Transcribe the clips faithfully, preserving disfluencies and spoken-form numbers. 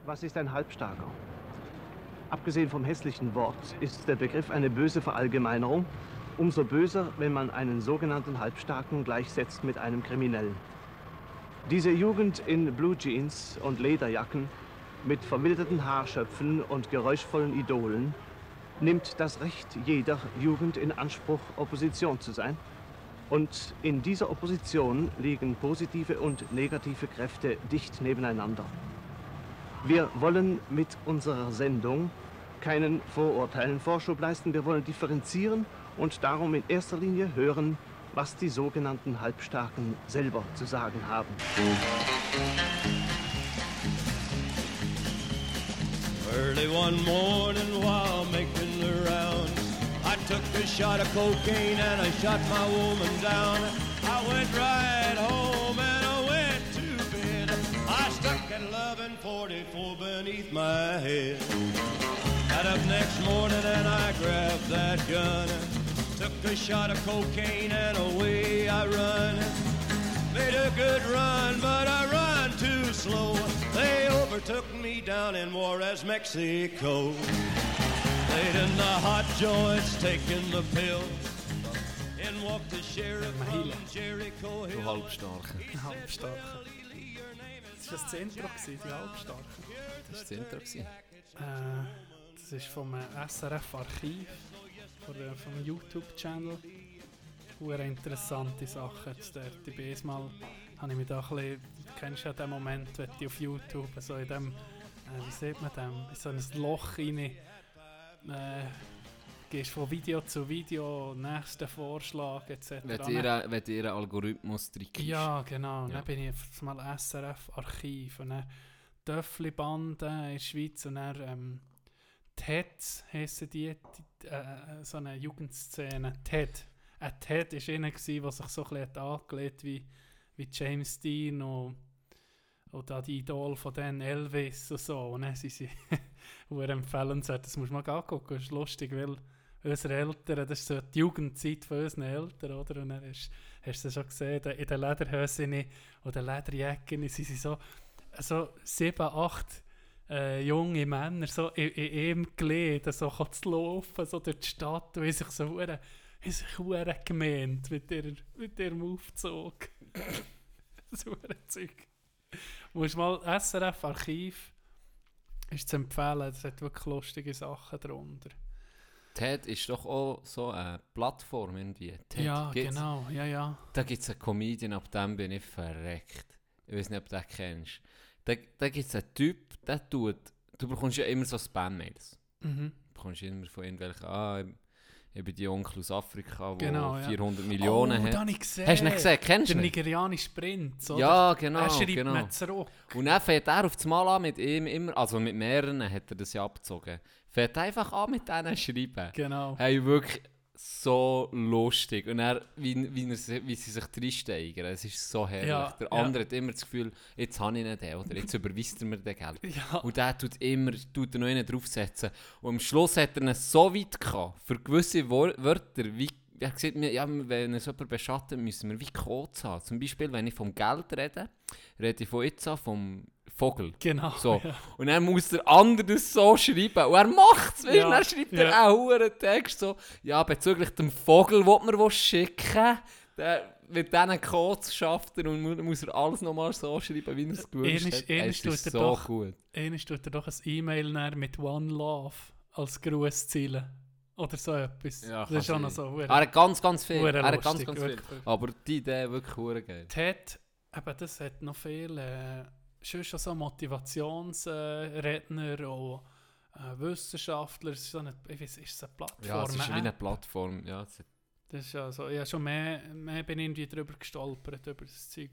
Was ist ein Halbstarker? Abgesehen vom hässlichen Wort ist der Begriff eine böse Verallgemeinerung. Umso böser, wenn man einen sogenannten Halbstarken gleichsetzt mit einem Kriminellen. Diese Jugend in Blue Jeans und Lederjacken mit verwilderten Haarschöpfen und geräuschvollen Idolen nimmt das Recht jeder Jugend in Anspruch, Opposition zu sein. Und in dieser Opposition liegen positive und negative Kräfte dicht nebeneinander. Wir wollen mit unserer Sendung keinen Vorurteilen Vorschub leisten. Wir wollen differenzieren und darum in erster Linie hören, was die sogenannten Halbstarken selber zu sagen haben. Early one morning while making the rounds, I took a shot of cocaine and I shot my woman down. I went right home and I went to bed. I stuck at eleven forty-four beneath my head. Got up next morning and I grabbed that gun. Took a shot of cocaine and away I run. Made a good run, but I run too slow. They overtook me down in Juarez, Mexico. Laid in the hot joints, taking the pill. In walked the sheriff from Jericho Hill. Du Halbstarke. Halbstarke. Das war das Intro, die Halbstarke. Das war das Intro. Äh, das ist vom S R F-Archiv, vom YouTube-Channel. Eine interessante Sache jetzt dort. Ich bin erstmal, habe ich mich da ein bisschen, du kennst ja den Moment, wenn du auf YouTube so in dem, äh, wie sieht man dem, in so ein Loch rein, äh, gehst von Video zu Video, nächsten Vorschlag et cetera. Wenn du ihren Algorithmus trickst. Ja, genau. Ja. Dann bin ich auf mal S R F-Archiv und dann Töffli-Bande in der Schweiz und dann ähm, T E D heissen die, die äh, so eine Jugendszene, T E D. Ein T E D war einer, der sich so ein bisschen angelegt wie, wie James Dean und, und da die Idol von den Elvis und so. Und dann sind sie sehr empfehlenswert. Das muss man mal angucken. Das ist lustig, weil unsere Eltern, das ist so die Jugendzeit von unseren Eltern, oder? Und dann hast, hast du schon gesehen, in den Lederhöschen und den Lederjacken sind sie so, so sieben, acht äh, junge Männer so in, in einem Glied so zu laufen, so durch die Stadt, und sich so hure haben sich verdammt gemeint mit, ihrer, mit ihrem Aufzug. So ein Zeug. Du musst mal S R F-Archiv ist zu empfehlen, es hat wirklich lustige Sachen darunter. T E D ist doch auch so eine Plattform irgendwie. T E D Ja, gibt's, genau, ja, ja. Da gibt es einen Comedian, ab dem bin ich verreckt. Ich weiß nicht, ob du den kennst. Da, da gibt es einen Typ, der tut, du bekommst ja immer so Spam-Mails. Mhm. Du bekommst immer von irgendwelchen, ah, ich bin die Onkel aus Afrika, der Genau, ja. vierhundert Millionen oh, hat. Da ich gesehen. Hast du ihn gesehen? Kennst du Der ihn? nigerianische Prinz, oder? Ja, genau. Er schreibt genau. mir zurück. Und dann fängt er auf das Mal an mit ihm immer, also mit mehreren hat er das ja abgezogen, fängt einfach an mit denen schreiben. Genau. Hey, wirklich so lustig. Und er, wie, wie, er, wie sie sich reinsteigern, es ist so herrlich. Ja, der ja. andere hat immer das Gefühl, jetzt habe ich ihn den, oder jetzt überweist er mir den Geld. Ja. Und der tut immer, tut er noch einen draufsetzen. Und am Schluss hat er ihn so weit gehabt, für gewisse Wor- Wörter, wie, er gesagt, ja, wenn er so jemanden beschattet, müssen wir wie Codes haben. Zum Beispiel, wenn ich vom Geld rede, rede ich von jetzt an vom Vogel. Genau. So. Ja. Und dann muss der andere das so schreiben. Und er macht es, weißt du? Ja. Dann schreibt er Ja. auch einen Text so, ja, bezüglich dem Vogel, den man schicken will, mit diesen Codes schafft er und mu- muss er alles nochmal so schreiben, wie er es gewünscht Ähnlich- hat. ähnlich Es tut ist er so doch- gut. Einmal tut er doch ein E-Mail näher mit One Love als Grußziele. Oder so etwas. Ja, das ist kann auch noch sein. so. Er hat ganz, ganz viel. Hure Er hat lustig, ganz, ganz viel. wirklich, wirklich. Aber die Idee wirklich hure geil. T E D, eben, das hat noch viele, äh, schon schon so Motivationsredner äh, und äh, Wissenschaftler. Es ist so eine, ich weiss, ist es eine Plattform? Ja, es ist wie äh? eine Plattform. Ja, es hat- Das ist ja so, ich habe schon mehr, mehr bin irgendwie drüber gestolpert, über das Zeug.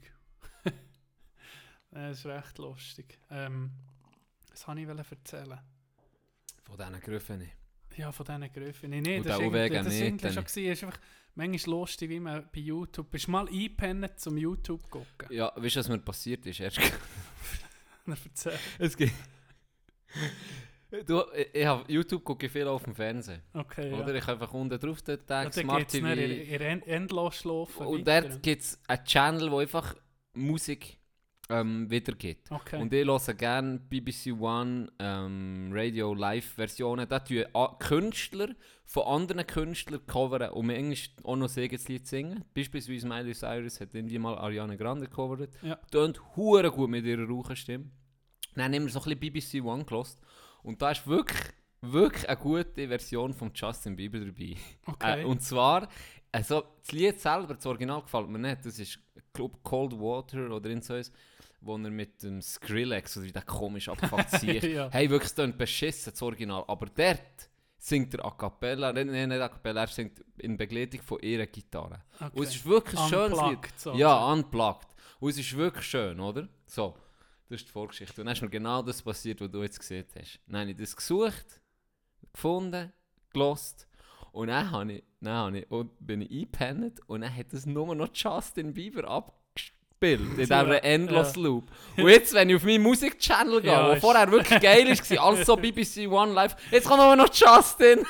Das ist recht lustig. Ähm, was wollte ich erzählen? von diesen Griffen. Ja, von diesen Griffen. Nee, nee, Und das auch war wegen irgendwie- das war irgendwie nicht, schon gewesen. Es ist einfach manchmal lustig, wie man bei YouTube... Bist du mal eingepennt zum YouTube gucken? Ja, weißt du, was mir passiert ist? Erst Dann erzähl. es gibt... Du, ich, ich habe YouTube gucke ich viel auf dem Fernsehen. Okay, ja. Oder ich einfach unten drauf den Ja, Tag dann Smart geht es T V. in, in End Endlosschlafen Und weiter. dort gibt es einen Channel, wo einfach Musik ähm, wiedergibt. Okay. Und ich höre gerne B B C One ähm, Radio Live-Versionen. Da tun a- Künstler von anderen Künstlern covern und mir eigentlich auch noch ein Lied singen. Beispielsweise Miley Cyrus hat irgendwie mal Ariana Grande gecovert. Ja. Tönt hure gut mit ihrer rauchen Stimme. Dann haben wir so ein bisschen B B C One gehört. Und da ist wirklich, wirklich eine gute Version von Justin Bieber dabei. Okay. Äh, und zwar, also das Lied selber, das Original gefällt mir nicht. Das ist, glaube Cold Water oder in so etwas, wo er mit dem Skrillex oder wie der komisch abgefuckt sich. Ja. Hey, wirklich, es klingt beschissen, das Original. Aber dort singt er a cappella, nein, nein, nicht a cappella, er singt in Begleitung von ihrer Gitarre. Okay. Und es ist wirklich ein schönes Lied. Unplugged, so. Ja, unplugged. Und es ist wirklich schön, oder? So, das ist die Vorgeschichte. Und dann ist mir genau das passiert, was du jetzt gesehen hast. Dann habe ich das gesucht, gefunden, gelost. Und dann, habe ich, dann habe ich, und bin ich eingepennt und dann hat es nur noch Justin Bieber abgespielt, in dieser Ja, Endless ja. Loop. Und jetzt, wenn ich auf meinen Musikchannel gehe, Ja, wo ist- vorher wirklich geil war, alles so B B C One Live, jetzt kommt nur noch Justin.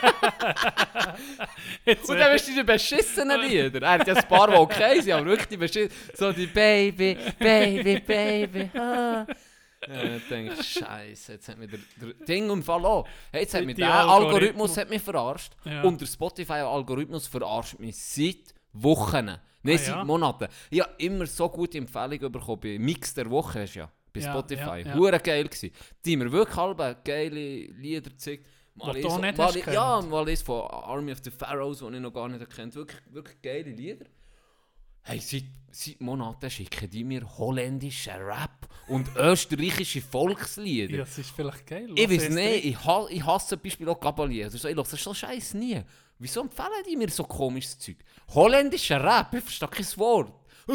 Jetzt, Und dann bist du die beschissenen Lieder. Er hat ja ein paar, die okay sind, aber wirklich die beschissenen. So die Baby, Baby, Baby. Ah. Ja, dann denke ich, Scheiße, jetzt hat mich der, der Ding im Fall auch. Hey, jetzt hat mich Die der Algorithmus- Algorithmus hat mich verarscht. Ja. Und der Spotify-Algorithmus verarscht mich seit Wochen. Nein, Ah, seit ja? Monaten. Ich habe immer so gute Empfehlungen bekommen. Bei Mix der Woche hast du ja. Bei Ja, Spotify. ja, ja. Hure geil gewesen. Die haben mir wirklich halbe geile Lieder gezeigt. Was Mal du ist- auch nicht mal hast ist- gehört. Ja, mal ist von Army of the Pharaohs, die ich noch gar nicht kennt. Wirklich, wirklich geile Lieder. Hey, seit, seit Monaten schicken die mir holländischen Rap und österreichische Volkslieder. ja, das ist vielleicht geil. Ich Was weiß ist nicht, ich, ha ich hasse zum Beispiel auch Gabalier. Also so, ich höre so Scheiß nie. Wieso empfehlen die mir so komisches Zeug? Holländischer Rap, ich verstehe kein Wort.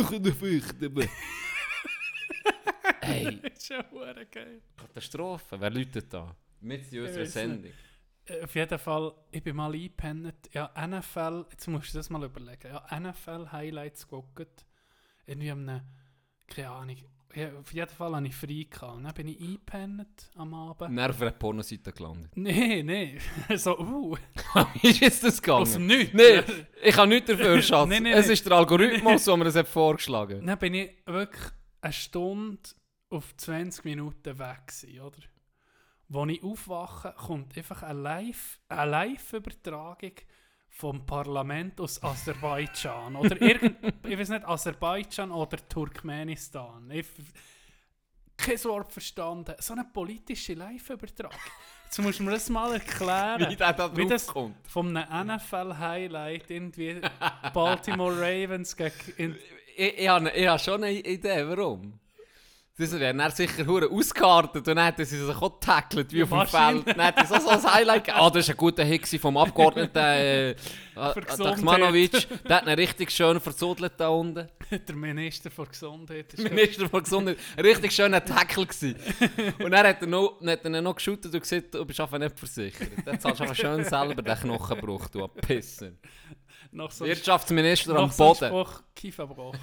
Hey, Das ist ja hure geil. Katastrophe, wer läutet da? Mit in unserer weiss nicht. Sendung. Äh, Auf jeden Fall, ich bin mal eingepennt. Ja, N F L, jetzt musst du das mal überlegen. Ja, N F L-Highlights geguckt. Irgendwie am ne, keine Ahnung. Ja, auf jeden Fall hatte ich frei gehabt. Und dann bin ich eingepennt am Abend. Und dann auf einer Pornoseite gelandet. Nee, nee. so, uh. Wie ist jetzt das gegangen? Aus dem Nichts. Nein, ich habe nichts dafür, Schatz. Nee, nee, es nee. ist der Algorithmus, der mir das hat vorgeschlagen. Dann bin ich wirklich eine Stunde auf zwanzig Minuten weg gewesen, oder? Als ich aufwache, kommt einfach eine Live- eine Live-Übertragung vom Parlament aus Aserbaidschan. Oder irgend, ich weiß nicht, Aserbaidschan oder Turkmenistan. Ich f- kein Wort verstanden. So eine politische Live-Übertragung. Jetzt musst du mir das mal erklären. Wie der da Wie das draufkommt. von einem N F L-Highlight irgendwie Baltimore Ravens gegen... In, Ich, ich, habe, ich habe schon eine Idee, warum. Das wäre dann sicher hure ausgekartet und dann hätten sie sich auch getackelt wie auf dem Wahrscheinlich. Feld. Dann hätten sie so, so ein Highlight gegeben. Ah, das ist ein guter Hit gewesen vom Abgeordneten äh, Gesundheit. Takmanovic. Der hat ihn richtig schön verzudelt da unten. der Minister für Gesundheit. Ist Minister von Gesundheit. Ein richtig schöner Tackle gewesen. Und dann hat er, noch, dann hat er ihn noch geschootet und gesagt, du bist einfach nicht versichert. Dann zahlst du einfach schön selber den Knochenbruch, du Pisser. noch so Wirtschaftsminister am noch so ein Boden. Spruch, Kieferbruch.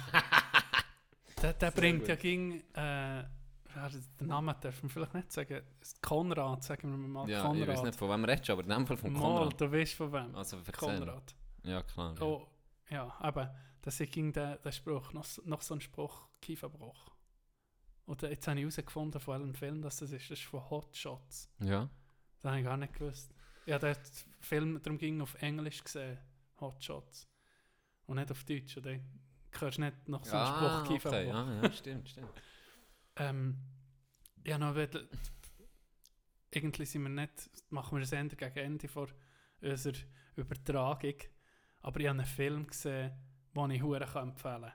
der der bringt ja ging, äh, ja, den Namen darf man vielleicht nicht sagen. Konrad, sagen wir mal. Ja, Konrad. ich weiß nicht, von wem redest du, aber in dem Fall von Mal, Konrad. du weißt von wem. Also erzähl. Konrad. Ja, klar. Ja. Oh, ja, aber das ging der, der Spruch, noch, so- noch so ein Spruch, Kieferbruch. Und jetzt habe ich herausgefunden, von welchem Film das ist. Das ist von Hot Shots. ja. Das habe ich gar nicht gewusst. Ich habe den Film, darum ging auf Englisch gesehen, Hot Shots. Und nicht auf Deutsch. Und dann hörst du nicht noch so einen Spruch, Ah, Kieferbruch. okay. Ja, ja, stimmt, stimmt. Ähm, ja, noch wieder, irgendwie sind wir nicht, machen wir das Ende gegen Ende vor unserer Übertragung. Aber ich habe einen Film gesehen, den ich hure empfehlen kann.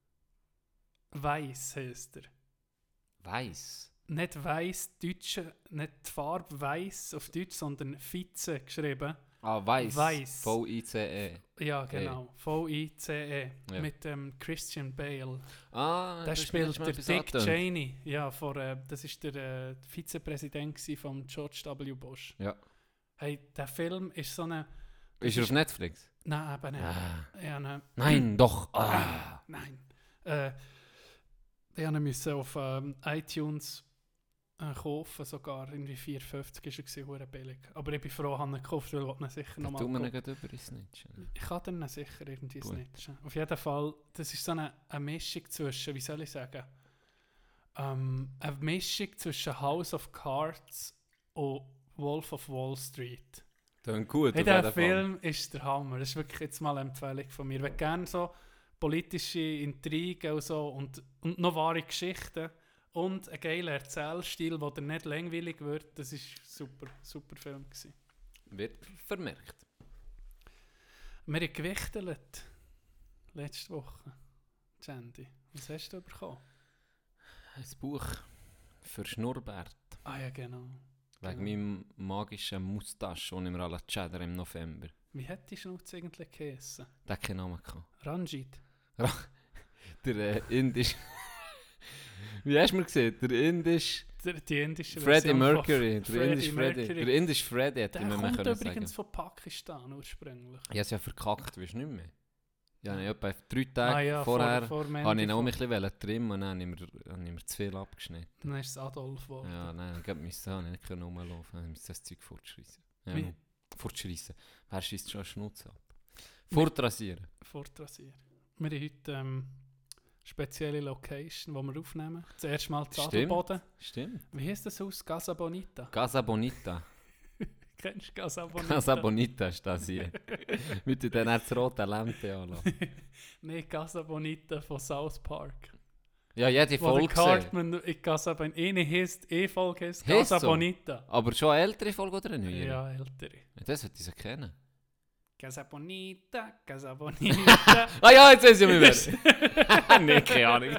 Weiss heisst er. Weiss. Nicht Weiss, Deutsche, nicht die Farbe Weiss auf Deutsch, sondern Vize geschrieben. Ah, Weiss. Weiss. V I C E. Ja, genau. V I C E. Ja. Mit ähm, Christian Bale. Ah, Der das spielt ist mir der etwas Dick angetönt. Cheney. Ja, vor, äh, das ist der äh, Vizepräsident gsi von George W. Bush. Ja. Hey, der Film ist so eine... Ist er auf Netflix? Nein, eben nicht. Ah. Ja, ne, Nein, doch. Ah. nein. Äh, die haben müssen auf ähm, iTunes äh, kaufen, sogar irgendwie vier fünfzig ist er gewesen, hure billig. Aber ich bin froh, habe ihn gekauft, weil ich ihn sicher Dann nochmal tun wir ihn gucken. gleich über ins Snitchen. Ich kann den sicher irgendwie Gut. snitchen. Auf jeden Fall, das ist so eine, eine Mischung zwischen, wie soll ich sagen, ähm, eine Mischung zwischen House of Cards und Wolf of Wall Street. Dann gut, Hey, auf der jeden Fall. Film ist der Hammer. Das ist wirklich jetzt mal eine Empfehlung von mir. Wenn gerne so politische Intrigen und so und, und noch wahre Geschichten und ein geiler Erzählstil, der dir nicht langweilig wird, das ist super, super Film gewesen. Wird vermerkt. Wir haben gewichtelt letzte Woche. Sandy, was hast du bekommen? Ein Buch für Schnurrbart. Ah ja, genau. Wegen Genau. meinem magischen Moustache, den ich mir alle cheddar im November. Wie hat die Schnauze eigentlich geheissen? Der hat keinen Namen gehabt. Ranjit. Der äh, indisch... Wie hast du mir gesehen? Der indisch... Der, die indische Freddie Version von Mercury. Der Freddie indisch Freddy. Mercury. Der indisch Freddy hätte Der ich mir kommt können übrigens sagen. von Pakistan ursprünglich. Ich habe es ja verkackt, weißt du nicht mehr? Ja, ich etwa drei Tage Ah ja, vorher vor, vor habe ich noch vor- ein bisschen trimmen und dann habe ich mir, habe ich mir zu viel abgeschnitten. Dann ist es Adolf geworden. Ja, nein, dann musste ich nicht rumlaufen, dann musste ich das Zeug fortschreissen. Ja, Wie? fortschreissen. Wer schießt schon einen Schnutz ab? Fortrasieren. Fortrasieren. Wir haben heute ähm, spezielle Location, die wir aufnehmen. Zuerst mal zu Stimmt. Adelboden. Stimmt. Wie heisst das Haus? Casa Bonita. Casa Bonita. Kennst du Casa Bonita? Casa Bonita ist das hier. Mit dann das rote Lämpchen anlassen. Nein, Casa Bonita von South Park. Ja, jede Wo der Folge gesehen. Cartman in Casa Bonita. Eine heisst, eine Folge heisst Heisst Casa so? Bonita. Aber schon eine ältere Folge oder eine neuere? Ja, ältere. Das sollte ich so kennen. Casa Bonita, Casa Bonita. Ah ja, jetzt weiß ich mich wieder. Nee, keine Ahnung.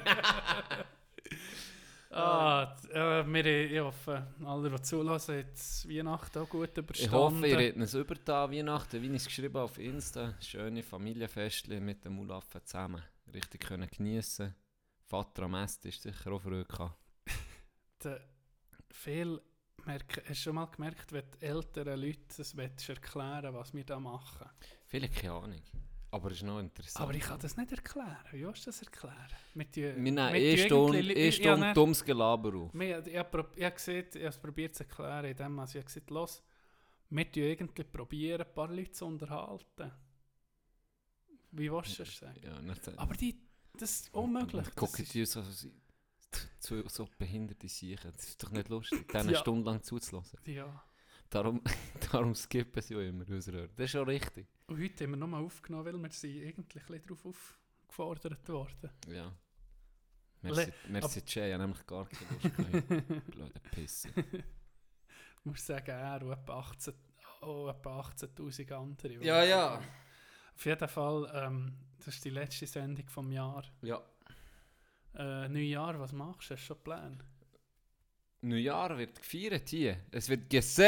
ah, d- äh, wir, ich hoffe, alle, die zulassen, haben das Weihnachten auch gut Ich überstanden. hoffe, ihr habt es über da Weihnachten, wie ich es geschrieben habe auf Insta. Schöne Familienfestchen mit dem Mulaffen zusammen. Richtig können geniessen. Vater am Essen ist sicher auch früh gehabt. De, viel merken, hast du schon mal gemerkt, wenn die älteren Leute das willst du erklären, was wir da machen? Viele keine Ahnung. Aber es ist noch interessant. Aber ich kann das nicht erklären. Wie willst du das erklären? Mit die, Wir nehmen mit eh die Stunde, irgendwie- eh ja, Stunde nein. dummes Gelaber auf. Wir- Ich habe prob- ich habe gesehen, ich habe es probiert zu erklären, indem also ich habe gesagt, los, wir tun irgendwie probieren, ein paar Leute zu unterhalten. Wie willst du das sagen? Ja, nicht so. Aber die, das ist unmöglich. Das Gucken ist- die so, so, so, so behinderte Sicher. Das ist doch nicht lustig, denen eine Ja. Stunde lang zuzulassen. Ja. Darum, darum skippen sie auch immer unsere Ohren. Das ist schon richtig. Und heute haben wir nochmal aufgenommen, weil wir sind eigentlich ein bisschen darauf aufgefordert worden. Ja. Merci, Le- merci Jay, ich habe nämlich gar keine Lust gehabt. Blöde Pisse. Ich muss sagen, er und etwa achtzehn oh, etwa achtzehntausend andere. Ja, ja. Auf jeden Fall, ähm, das ist die letzte Sendung vom Jahr. Ja. Äh, Neujahr, was machst du? Hast du schon Pläne? Neujahr wird gefeiert hier. Es wird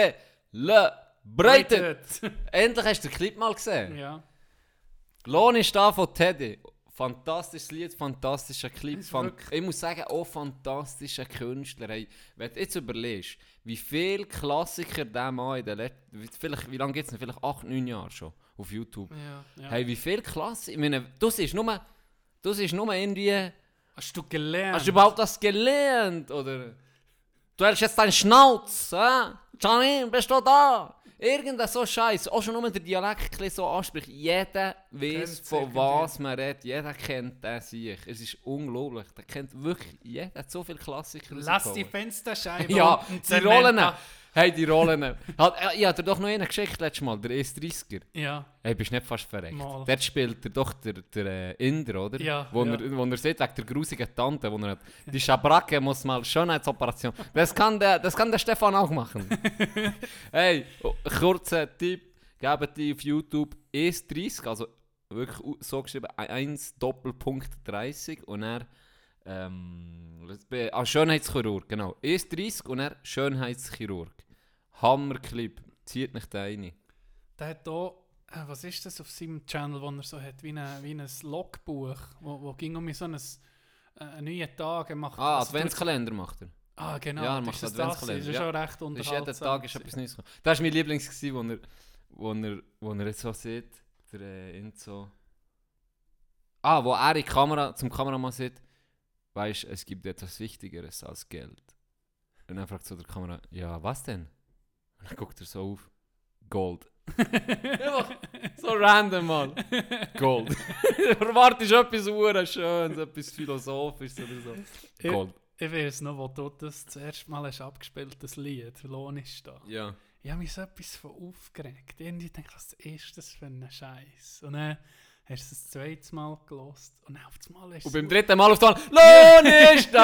gebreitet. Endlich hast du den Clip mal gesehen. Ja. Lohn ist da von Teddy. Fantastisches Lied, fantastischer Clip. Das ist Fan wirklich- ich muss sagen, auch fantastischer Künstler. Hey, wenn du jetzt überlegst, wie viele Klassiker der Mann in den letzten... wie- Vielleicht, wie lange gibt es denn? Vielleicht acht, neun Jahre schon auf YouTube. Ja, ja. Hey, wie viele Klassiker... Ich meine, du siehst nur... Du siehst nur irgendwie... Hast du gelernt? Hast du überhaupt das gelernt? Oder... Du hältst jetzt deinen Schnauz, hä? Janine, bist du da? Irgendein so Scheiß, auch schon nur der Dialekt ein bisschen so anspricht. Jeder weiß, Kennt's von irgendwie. was man redet. Jeder kennt den sich. Es ist unglaublich. Der kennt wirklich jeder. Hat so viele Klassiker Lass rausgehauen. die Fensterscheibe Ja, unten die Zement Rollen. da- Hey, die Rollen. Hat, äh, ich habe dir doch noch einen geschickt letztes Mal, der E S dreißiger. Ja, Hey, bist nicht fast verreckt. Mal. Dort spielt er doch der, der äh, Inder, oder? Ja, Wo, ja. Er, wo er sieht, wegen der grusigen Tante, wo er hat, die Schabracke muss mal Schönheitsoperation. Das kann der, das kann der Stefan auch machen. Hey, oh, kurzer Tipp, gebt die auf YouTube E S dreißig, also wirklich u- so geschrieben, eins Doppelpunkt dreißig und er ähm, das be- ah, Schönheitschirurg, genau. E S dreißig und er Schönheitschirurg. Hammerclip, zieht nicht rein. der hat hier, äh, was ist das auf seinem Channel, wo er so hat, wie ein, wie ein Logbuch, wo, wo ging um so ein, äh, einen neuen Tag, er macht... Ah, also Adventskalender macht er. Ah, genau. Ja, er ist macht das Adventskalender, Das ist ja. schon recht Das ist unterhaltsam. jeden Tag ist etwas Neues gekommen. Das war mein Lieblings, gewesen, wo er, wo er, wo er jetzt so sieht, der äh, in so... Ah, wo er in die Kamera, zum Kameramann sieht, weißt, es gibt etwas Wichtigeres als Geld. Und dann fragt so der Kamera, ja, was denn? Und dann guckt er so auf, Gold. Einfach so random, Mann. Gold. Du erwartest etwas Schönes, etwas Philosophisches oder so. Gold. Ich weiß noch, wo du das das erste Mal hast abgespielt, das Lied, Lohn ist da. Ja. Ich habe mich so etwas von aufgeregt. Irgendwie denke ich, was ist das für ein Scheiß? Und dann hast du es das zweite Mal gelost und dann auf das Mal hast du Und beim dritten Mal auf den Lohn ist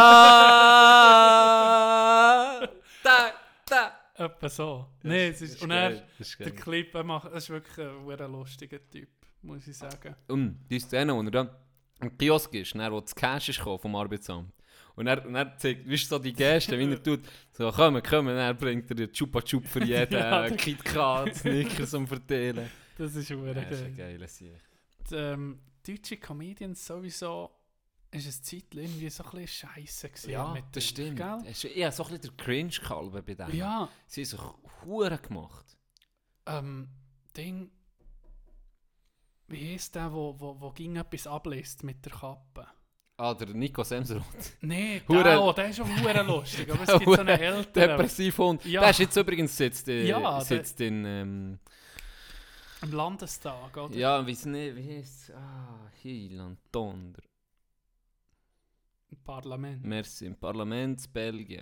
da! Da, da! etwa so. Ja, Nee, das es ist, ist und geil, er, das ist der geil. Clip, er macht, das ist wirklich ein sehr lustiger Typ, muss ich sagen. Um, die Szene, wo er dann im Kiosk ist, dann, wo das Cash ist gekommen vom Arbeitsamt. Und er, und er zeigt, weißt du, so die Geste, wie er tut, so, komm, komm, und dann bringt er den Chupa Chup für jeden, Ja, äh, der- KitKat, Snickers zum Verteilen. Das ist sehr Das ist ein geil. geiler Sieg. Die, ähm, deutsche Comedians sowieso ist ein Zeitchen irgendwie so ein bisschen scheisse gewesen. Ja, mit das dem, stimmt. Gell? Es ist eher so ein bisschen der Cringe-Kalbe bei denen. Ja, Sie haben sich Huren gemacht. ähm, Ding. Wie heisst der, wo, wo, wo ging etwas ablässt mit der Kappe? Ah, der Nico Semsrott. Nee, Hure- der, oh, der ist schon hure lustig, aber es gibt so einen älteren. Depressivhund. Ja. Der ist jetzt übrigens sitzt, äh, Ja, sitzt in... Ähm, Im Landestag, oder? ja, weiss nicht, wie heisst es? Ah, Heiland, Donder. Im Parlament. Merci, im Parlament Belgien.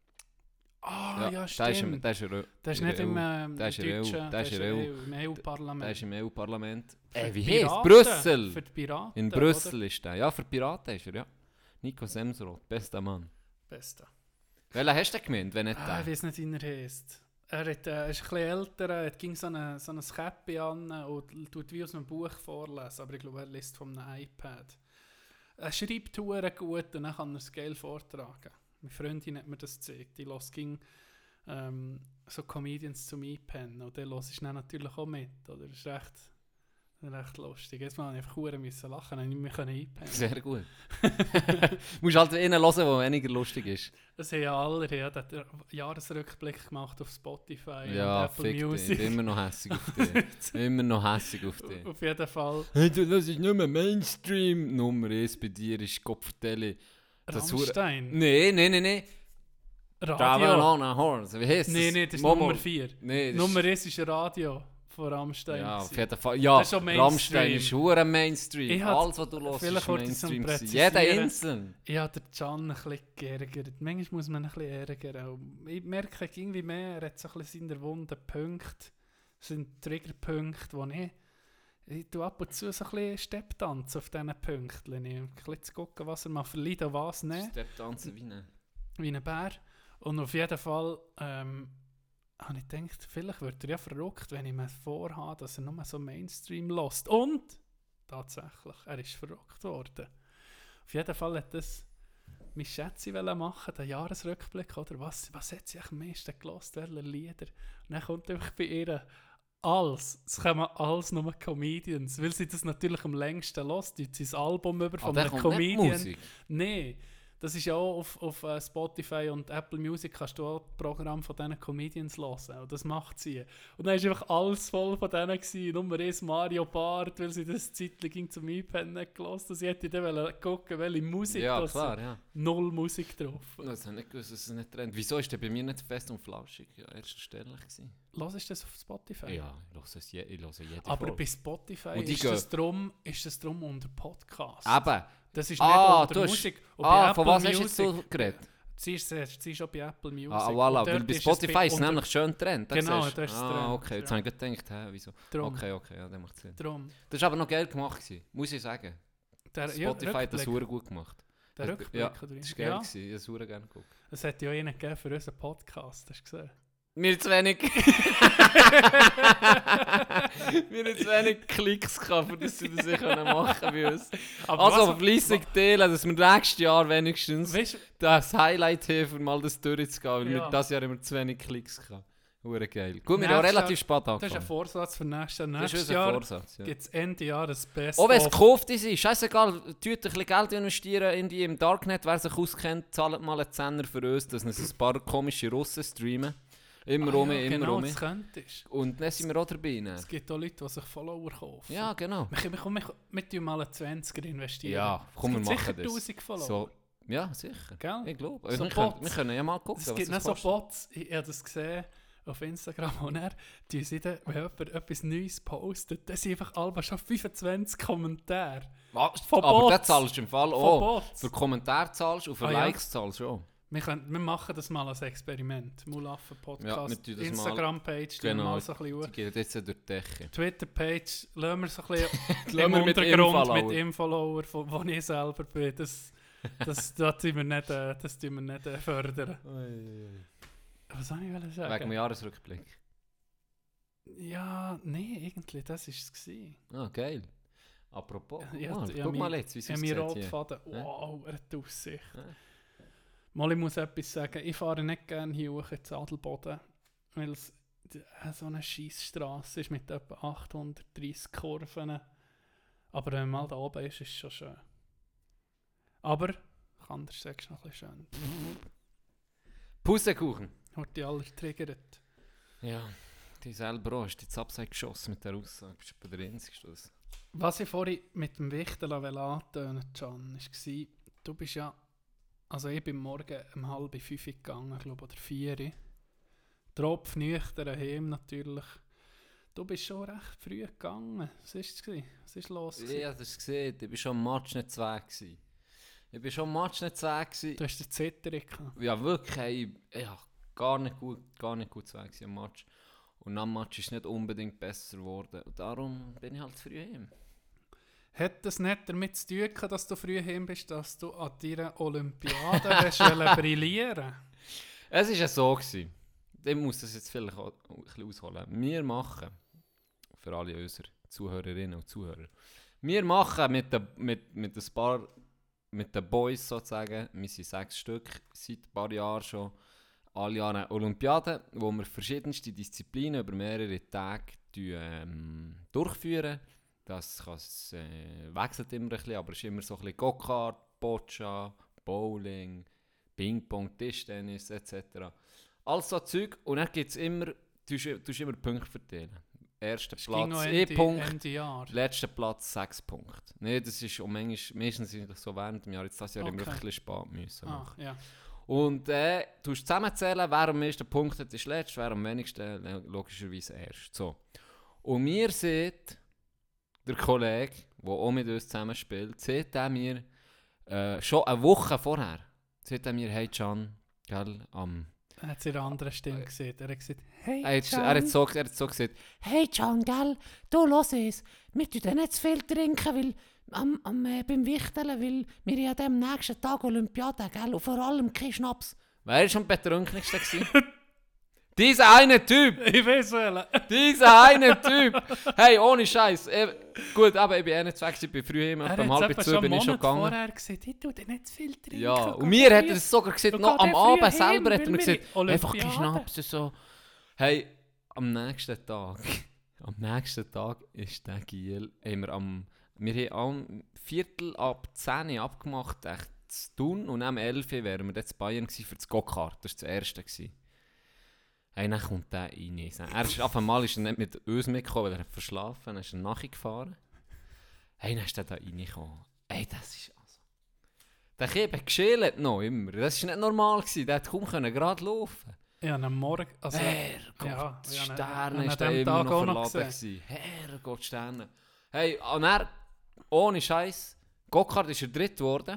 Ah, ja, der stimmt. ist im, der ist in der- Der ist in nicht der im E U. ähm, Der ist in der E U. deutschen, Der ist in der E U. im E U-Parlament. Der ist im E U-Parlament. Für Äh, die wie heisst Piraten, Brüssel! Für die Piraten, In Brüssel ist der. Ja, für die Piraten ist er, ja. Nico Semsrott, bester Mann. Oder? Beste. Welchen hast du denn gemeint, wenn nicht Ah, ich der? weiß nicht, wie er heisst. Er hat, äh, ist ein bisschen älter, er ging so eine, so eine Käppi an und tut wie aus einem Buch vorlesen, aber ich glaube, er liest von einem iPad. Er schreibt hure gut und dann kann er es geil vortragen. Meine Freundin hat mir das gezeigt. Die lässt ging ähm, so Comedians zum Einpennen und der lässt dann natürlich auch mit. Oder? Das ist recht, recht lustig. Jetzt mal einfach hure müssen lachen, dann nicht mehr einpennen. Sehr gut. Du musst halt einen hören, der weniger lustig ist. Das haben ja alle, ja, der hat einen Jahresrückblick gemacht auf Spotify Ja, und Apple fick dich. Ich Music. bin immer noch hässig auf dich. Immer noch hässig auf dich. Auf jeden Fall. Hey, du, das ist nur Mainstream. Nummer eins bei dir ist Kopfvertelle. Das hure- Rammstein. Nee, nee, nee, nee. Travel Radio. on a horse. Wie heisst Nein, das? nein, das ist Momo. Nummer vier. Nee, das Nummer eins ist ein Radio von Rammstein. Ja, auf gewesen. jeden Fall. Ja, Das ist schon Rammstein Mainstream. ist hure Mainstream. Ich hab- Alles, was du hörst, vielleicht ist wollte ich es Mainstream. zum gewesen. Präzisieren. Jeder einzeln. Ich habe den Can ein bisschen geärgert. Manchmal muss man ihn ein bisschen ärgern. Und ich merke irgendwie mehr, er hat so ein bisschen seine wunden Punkte, seine Triggerpunkte, wo ich, ich tue ab und zu so ein bisschen Stepptanz auf diesen Punkten. Ein bisschen zu gucken, was er mal verliert und was nicht. Step tanzen wie ein... Wie ein Bär. Und auf jeden Fall ähm, habe ich gedacht, vielleicht wird er ja verrückt, wenn ich mir vorhabe, dass er nur so Mainstream lässt. Und tatsächlich, er ist verrückt worden. Auf jeden Fall hat das mein Schätzi machen, den Jahresrückblick, oder was, was hat sie am meisten gehört, welche Lieder. Und dann kommt einfach bei ihr alles, es kommen alles nur Comedians, weil sie das natürlich am längsten hört, die sein Album über von Ah, einem der kommt nicht Comedian. Musik. Nein, das ist ja auch auf, auf uh, Spotify und Apple Music kannst du auch das Programm von diesen Comedians hören. Und das macht sie. Und dann war einfach alles voll von denen gewesen. Nummer eins Mario Bart, weil sie das Zeitchen ging zum Einpennen nicht gehört. Und sie hätte dann wollen gucken, welche Musik Ja, das klar, ja. Null Musik drauf. Das habe ich nicht gewusst, dass es nicht trennt. Wieso ist der bei mir nicht fest und flauschig? Ja, erststellig gewesen. Los ist das auf Spotify? Ja, ich höre es je, ich höre jede Aber Folge. bei Spotify Und die ist gehen- das, drum, ist das drum unter Podcast. Eben. Das ist Ah, nicht du unter hast- Musik. Und bei Ah, von Apple was hast du jetzt Music- so geredet? Sie ist, sie ist auch bei Apple Music. Ah, Und voilà, dort weil bei ist es Spotify ist es unter- nämlich schön getrennt. da Genau, siehst du. da ist es Ah, getrennt, okay, jetzt ja. habe ich gedacht, hä, wieso? Drum. Okay, okay, ja, das macht Sinn. Drum. Das war aber noch geil gemacht, gewesen, muss ich sagen. Der, Spotify ja, hat das Rückblick. super gut gemacht. Der Das- Rückblick, ja, oder wie? das war geil, Ja, gewesen, ich habe es super gerne geguckt. es hat ja einen gegeben für unseren Podcast, hast du gesehen? Mir zu wenig. Wir haben zu wenig Klicks gehabt, für das sie das nicht können machen bei uns. Also was- fleissig teilen, dass wir nächstes Jahr wenigstens Weißt du, das Highlight haben, um mal das durchzugehen. Weil Ja. wir dieses Jahr immer zu wenig Klicks gehabt. Hure geil. Gut, wir haben auch Nächstes relativ spät das ist ein angefangen. Vorsatz für nächstes Jahr. Das ist Nächstes unser Jahr Vorsatz. Ja. gibt es Ende Jahr das Beste. Auch wenn es gekauft ist, scheißegal, tut ein bisschen Geld investieren in die, im Darknet. Wer sich auskennt, zahlt mal einen Zehner für uns, dass uns ein paar komische Russen streamen. Immer ah, rum, ja, immer genau, rum. das könntest. Und dann sind wir auch dabei. Ne? Es gibt auch Leute, die sich Follower kaufen. Ja, genau. Wir, wir, wir, wir tun mal einen zwanziger investieren. Ja, komm, wir es gibt machen sicher das. tausend Follower. So, ja, sicher. Gell? Ich glaube. So wir, können, Bots. wir können ja mal gucken, Es was gibt das noch so kostet. Bots, ich, ich habe das gesehen, auf Instagram und er, die sind dann, wenn jemand etwas Neues postet, dann sind einfach alle schon fünfundzwanzig Kommentare. Was? Von Aber Bots. das zahlst du im Fall Von auch. Bots. Für Kommentare zahlst du und für Ah, ja. Likes zahlst du auch. Wir, können, wir machen das mal als Experiment. Mulaffen Ja, wir Podcast, tun das Instagram-Page, Genau, mal so ein bisschen die gehen jetzt durch die Decke. Twitter-Page, lassen wir so ein bisschen Lassen im wir mit Untergrund Infollower. mit Infollower, von wo ich selber bin. Das, das, das tun wir nicht, äh, das tun wir nicht äh, fördern. Was soll ich wollen sagen? Wegen dem Jahresrückblick. Ja, nein, irgendwie, das war es. gewesen. Ah, geil. Apropos, Ja, ah, ja, guck mi- mal jetzt, wie es Ja, mein aussieht hier. Rotfaden, Ja. wow, er hat Aussicht. Ja. Mal, ich muss etwas sagen, ich fahre nicht gerne hier hoch ins Adelboden, weil es äh, so eine Scheissstrasse ist mit etwa achthundertdreissig Kurven. Aber wenn man mal da oben ist, ist es schon schön. Aber, ich kann dir sagen, es ist noch ein bisschen schön. Pussekuchen. Hat die alle triggert. Ja, die selber auch. Hast du jetzt Abseits geschossen mit der Aussage? Bist du bei der Einzige? Was ich vorhin mit dem Wichteln antönen wollte, Can, war, du bist ja, also ich bin morgen um halb fünf gegangen, glaube oder vier. Tropf nüchtern heim natürlich. Du bist schon recht früh gegangen. Was war es? gewesen? Was ist los? gewesen? Ja, das hast du gesehen. Ich war schon am Match nicht zwei. gewesen. Ich war schon am Match nicht zwei. gewesen. Du hast den Zitterung gehabt. Ja, wirklich. Hey, ja, gar nicht gut, gar nicht gut zwei gewesen am Match. Und am Match ist es nicht unbedingt besser geworden. Und darum bin ich halt früh heim. Hat das nicht damit zu tun gehabt, dass du früh heim bist, dass du an deiner Olympiade willst wollen brillieren? Es war ja so. Gewesen. Ich muss das jetzt vielleicht auch ein bisschen ausholen. Wir machen, für alle unsere Zuhörerinnen und Zuhörer, wir machen mit den mit, mit ein paar, mit den Boys sozusagen, wir sind sechs Stück, seit ein paar Jahren schon, alle Jahre eine Olympiade, wo wir verschiedenste Disziplinen über mehrere Tage ähm, durchführen. Das kann, äh, wechselt immer ein bisschen, aber es ist immer so ein bisschen Go-Kart, Boccia, Bowling, Ping-Pong, Tischtennis et cetera. Alles so Zeug und dann gibt es immer, du tust immer Punkte verteilen. Erster Platz ein Punkt, letzter Platz sechs Punkte. Nee, das ist um manchmal, meistens ist das so während dem Jahr, jetzt das Jahr haben wir Okay. wirklich ein bisschen spät müssen. Ach, ja. Und äh, du musst zusammenzählen, wer am meisten Punkte hat, ist letzt, wer am wenigsten, äh, logischerweise erst. So. Und mir sieht der Kollege, der auch mit uns zusammen spielt, sieht er mir äh, schon eine Woche vorher, sieht er mir, hey Can, gell, am... Er hat es in einer anderen Stimme gesehen. Er hat gesagt, hey, Er hat, Can. er, hat so, er hat so gesagt, Hey Can, gell, du los es, wir tun nicht zu viel trinken, weil am, am, äh, beim Wichteln, weil wir ja am nächsten Tag Olympiade, gell, und vor allem kein Schnaps. wer war am betrunkensten gewesen? Dieser eine Typ! Ich weiß welchen. Dieser eine Typ! Hey, ohne Scheiß. Gut, aber ich bin eh nicht weg, ich bin früh immer, Er etwa um hat halb es zwei bin ich schon gegangen. vorher gesagt, ich tue nicht zu viel trinken. Ja, Geh und mir hat früh- er es sogar gesagt, Geh noch am früh Abend heim, selber hat er weil mir wir gesagt, einfach kein Olympiade. Schnaps und so. Hey, am nächsten Tag, am nächsten Tag ist der Giel, haben wir am, wir haben am Viertel ab zehn abgemacht, echt zu tun, und am elf wären wir dort in Bayern gewesen für das Go-Kart, das war das erste gewesen. Hey, dann kommt der rein. Er ist, auf einmal ist er nicht mit uns mitgekommen, weil er hat verschlafen, dann ist er nachgefahren. Hey, dann ist er da reingekommen. Hey, das ist also... Der Kind hat geschält noch immer. Das war nicht normal gewesen. Der hat kaum gerade laufen. Ja, am Morgen... Also, Herrgott, ja, die ja, Sterne an ist dem da immer Tag noch auch noch verladen gesehen. gewesen. Herrgott, Sterne. Hey, und er, ohne Scheiß, Go-Kart ist er dritt geworden.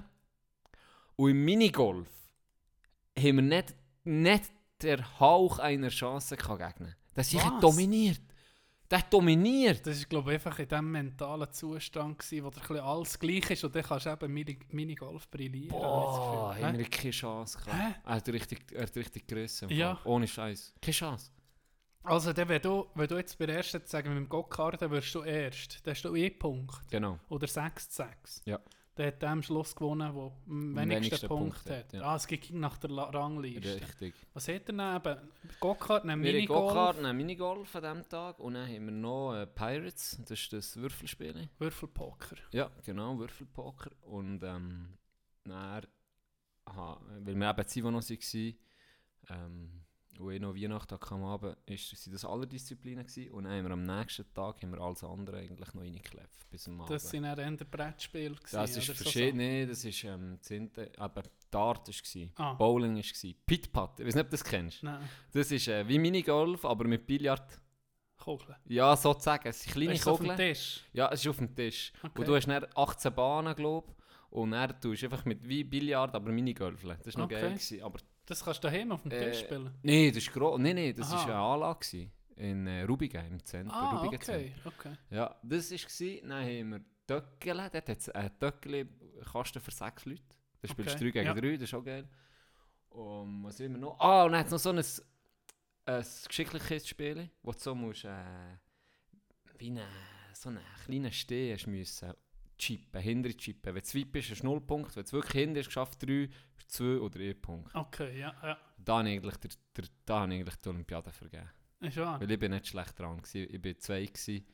Und im Minigolf haben wir nicht, nicht der Hauch einer Chance gegen. Das ist Was? dominiert. Der hat dominiert. Das war, glaube ich, einfach in diesem mentalen Zustand, gewesen, wo dir ein bisschen alles gleich ist und dann kannst du eben Mini- Minigolf brillieren. Boah, habe ich das Gefühl. haben wir keine Chance gehabt. Hä? Er hat richtig, er hat richtig gerissen. im Ja. Fall. Ohne Scheiß. Keine Chance. Also, dann, wenn, du, wenn du jetzt bei der ersten sagen, mit dem Go-Kart, dann wirst du erst. Dann hast du einen Punkt. Genau. Oder sechs zu sechs. Ja. Der hat der am Schluss gewonnen, der am wenigsten wenigsten Punkt Punkte hat. hat, ja. Ah, es ging nach der La- Rangliste. Richtig. Was hat er dann eben? Go-Kart, ein Wir haben Minigolf, Go-Kart, einen Minigolf an diesem Tag und dann haben wir noch äh, Pirates, das ist das Würfelspiel. Würfelpoker. Ja, genau, Würfelpoker. Und ähm, dann, aha, weil wir eben Zivo noch waren, ähm, und ich noch Weihnachten hatte am Abend, ist, sind das alle Disziplinen gewesen. Und dann haben wir am nächsten Tag haben wir alles andere eigentlich noch reingeklebt bis am Abend. Das sind dann eher Brettspiele gewesen, Das ist oder so verschieden, nee, das ist ähm, zehnte, aber Dart war, Ah. Bowling war, Pit-Pat, ich weiß nicht, ob du das kennst. Nein, Das ist äh, wie Minigolf, aber mit Billard. Kugeln. Ja, sozusagen, es sind kleine Ist es auf dem Kugeln. Tisch? Ja, es ist auf dem Tisch. Okay. Und du hast dann achtzehn Bahnen, glaube ich. Und dann tust du einfach mit wie Billard, aber Minigolfeln. Das war noch Okay. geil. Gewesen. Aber, Das kannst du daheim auf dem äh, Tisch spielen? nee, das ist groß. Nee, nee, das war Aha. eine Anlage gewesen, in äh, Rubigen, im Zentrum. Ah, Rubigen okay, okay. Ja, das war. Dann haben wir Töckele. Dort hat es einen Töckele-Kasten für sechs Leute. Da spielst du Okay, drei gegen ja. drei, das ist auch geil. Und was haben wir noch? Ah, und dann hat es noch so ein, ein Geschicklichkeitsspiel, wo du so musst, äh, wie eine, so einen kleinen Steh hast müssen chippen, hinter chippen. Wenn du weit bist, hast du null Punkte. Wenn du wirklich hinter hast, geschafft drei, zwei oder ein Punkt. Okay, ja, ja. Da habe ich eigentlich, der, der, da habe ich eigentlich die Olympiade vergeben. Ist wahr. Weil ich bin nicht schlecht dran gewesen. Ich war zwei gewesen.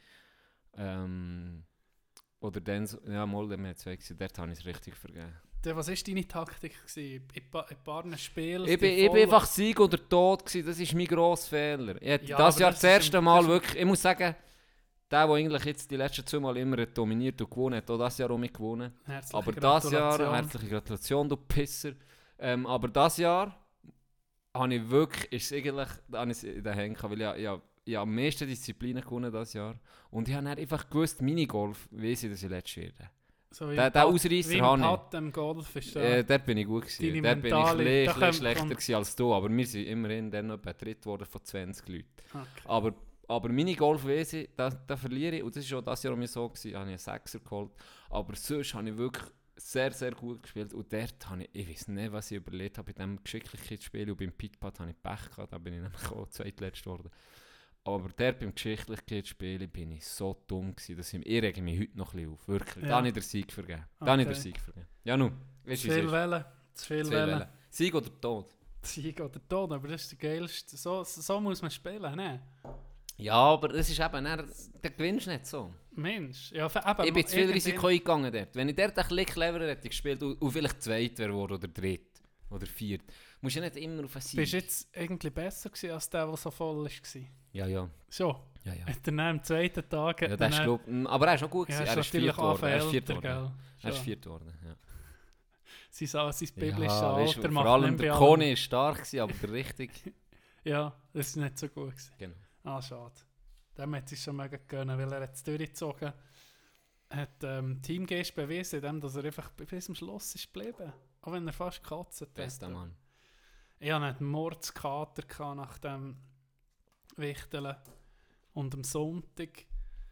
Ähm, oder dann, so- ja mal, dann war zwei gewesen. Dort habe ich es richtig vergeben. Der, was war deine Taktik? Gewesen? In pa- in ein paar Spielen? Ich bin, ich bin einfach Sieg oder Tod gewesen. Das ist mein grosser Fehler. Ich hätte Ja, das aber Jahr das das ist erste ein- Mal das ist- wirklich, ich muss sagen, der, der eigentlich jetzt die letzten zwei Mal immer hat dominiert und gewonnen hat, auch das Jahr auch mit gewonnen. Herzliche Aber das Jahr, Gratulation. herzliche Gratulation, du Pisser. Ähm, aber das Jahr habe ich wirklich, ist es eigentlich, da habe ich es in den Händen gehabt, weil ich, ich, ich, ich habe am meisten Disziplinen gewonnen das Jahr. Und ich habe dann einfach gewusst, Minigolf, weiss ich, dass ich letztes werde. So wie Der- im der Pat- Ausreisser wie im habe ich. Pat im Golf ist ja. Äh, dort bin ich gut gewesen. Deine Dort bin ich ein mentale- bisschen, da bisschen kommt- schlechter kommt- gewesen als du. Aber wir sind immerhin dann noch dritt worden von zwanzig Leuten. Okay. Aber, aber Minigolf weiss ich, da, da verliere ich. Und das war auch das Jahr mir so, gewesen, habe ich einen Sechser geholt. Aber sonst habe ich wirklich sehr, sehr gut gespielt. Und dort habe ich, ich weiß nicht, was ich überlegt habe, bei diesem Geschicklichkeitsspiel. Und beim Pitpat habe ich Pech gehabt, da bin ich nämlich auch zweitletzt geworden. Aber dort beim Geschicklichkeitsspiel bin ich so dumm gewesen, dass ich, ich rege mich heute noch ein bisschen auf. Wirklich. Ja. Da habe ich den Sieg vergeben. Da habe ich den Okay. Sieg vergeben. Ja, nun. Weißt Zu du, wie es viel ist? wählen. Zu viel Zu viel wählen. wählen. Sieg oder Tod? Sieg oder Tod, aber das ist der geilste. So, so muss man spielen, ne? Ja, aber das ist eben, dann, dann gewinnst du nicht so. Mensch. Ja, für- eben, Ich bin zu viel irgendwann- Risiko eingegangen dort. Wenn ich dort ein bisschen cleverer hätte gespielt und, und vielleicht zweit wäre geworden oder dritt oder viert, musst du ja nicht immer auf einen Sieg. Bist du jetzt irgendwie besser gewesen als der, der so voll war? Ja, ja. So. ja, ja. Hat er dann am zweiten Tag... ja hat das er ist, dann- glaub, mm, aber er ist auch gut Ja, gewesen. ist er ist natürlich viert worden. Er ist auch viert älter, worden. gell? Er ist Schon. viert worden, ja. Sein, sein biblisches Ja, weisst du, Alter vor macht allem nicht der bei Kone allem. war stark, gewesen, aber der richtig... Ja, das ist nicht so gut gewesen. Genau. Ah, schade. Dem hat es schon mega gönnen, weil er jetzt durchgezogen hat. Ähm, Teamgeist bewiesen, indem dass er einfach bis zum Schluss ist geblieben. Auch wenn er fast gekotzt hat. Bester Mann. Ich hatte einen Mordskater gehabt nach dem Wichteln. Und am Sonntag.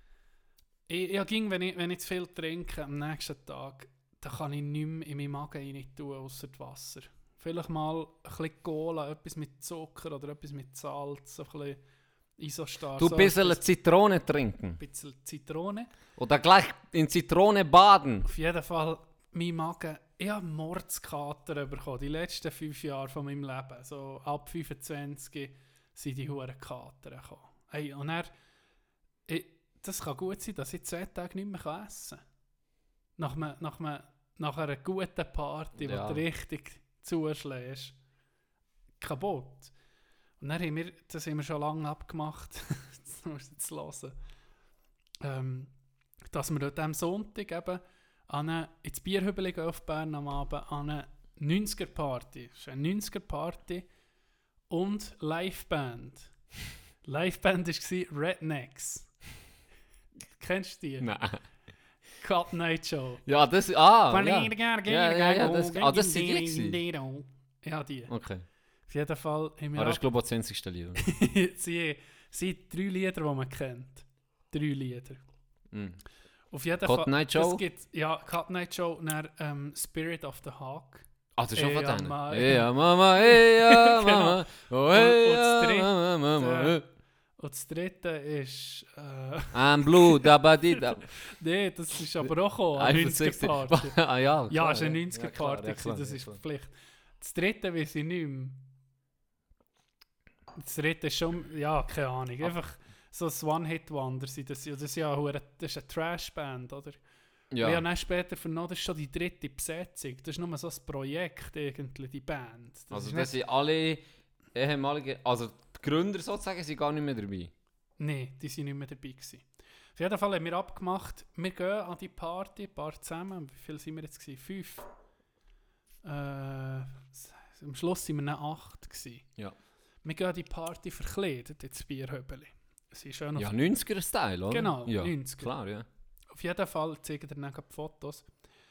Ich, ich ging, wenn ich, wenn ich zu viel trinke, am nächsten Tag, dann kann ich nichts mehr in meinen Magen rein tun, außer Wasser. Vielleicht mal ein bisschen Cola, etwas mit Zucker oder etwas mit Salz, so ein bisschen Isostar. Du so ein bisschen etwas- Zitrone trinken. ein bisschen Zitrone. Oder gleich in Zitrone baden. Auf jeden Fall, mein Magen, ich habe Mordskater bekommen, die letzten fünf Jahre von meinem Leben. So ab fünfundzwanzig sind die hohen Kater gekommen. Hey, und er, ich, das kann gut sein, dass ich zwei Tage nicht mehr essen kann. Nach, me, nach, me, nach einer guten Party, Ja. wo du richtig zuschlägst. Kaputt. Und dann haben wir, das haben wir schon lange abgemacht, das musst du jetzt hören, ähm, dass wir an diesem Sonntag eben an eine, ins Bierhübeli gehen auf Bern am Abend an eine neunziger-Party. Das ist eine neunziger-Party und Liveband. Liveband war Rednecks. Kennst du die? Nein. Cut Night Show. Ja, das... Ah, ja. Ja, ja, ja, das- ah, das sind die gewesen. Ja, die. Okay. Auf jeden Fall haben wir Aber das ist, ab- glaube ich, auch das zwanzigste Lied. sie, sie haben drei Lieder, die man kennt. Drei Lieder. Mm. Auf jeden Cut Fall. Night Show? Es gibt, ja, Cut Night Show, dann ähm, Spirit of the Hawk. Ah, das ist schon von Eja, denen. Ma- Eja, Mama, eja, Genau. Mama. Oh, Und- und das eja, dritte- Mama, Mama. äh, Und das dritte ist. Äh, I'm blue, da ba di da. nee, das ist aber auch gekommen, I eine for sixty. neunziger-Party. Ah ja, Ja, klar, es war eine ja. neunziger-Party, Ja, klar, ja, das klar, ist ja, klar. Pflicht. Das dritte weiß ich nicht mehr. Das dritte ist schon, ja, keine Ahnung. Einfach so ein One-Hit-Wonder. Das, das ist ja hure- das ist eine Trash-Band, oder? Ja. Ja. Und dann später vernommen, das ist schon die dritte Besetzung. Das ist nur so ein Projekt, irgendwie, die Band. Das Also ist das sind alle ehemalige, also die Gründer sozusagen sind gar nicht mehr dabei. Nein, die waren nicht mehr dabei gewesen. Auf jeden Fall haben wir abgemacht, wir gehen an die Party, ein paar zusammen. Wie viele sind wir jetzt gewesen? Fünf. Äh, s- am Schluss waren wir dann acht. Gewesen. Ja. Wir gehen an die Party verkleidet ins Bierhöbeli. Es ist schön auf Ja, neunziger-Style, oder? Genau, ja, neunziger. Klar, ja. Auf jeden Fall, ich zeige dir dann gleich die Fotos.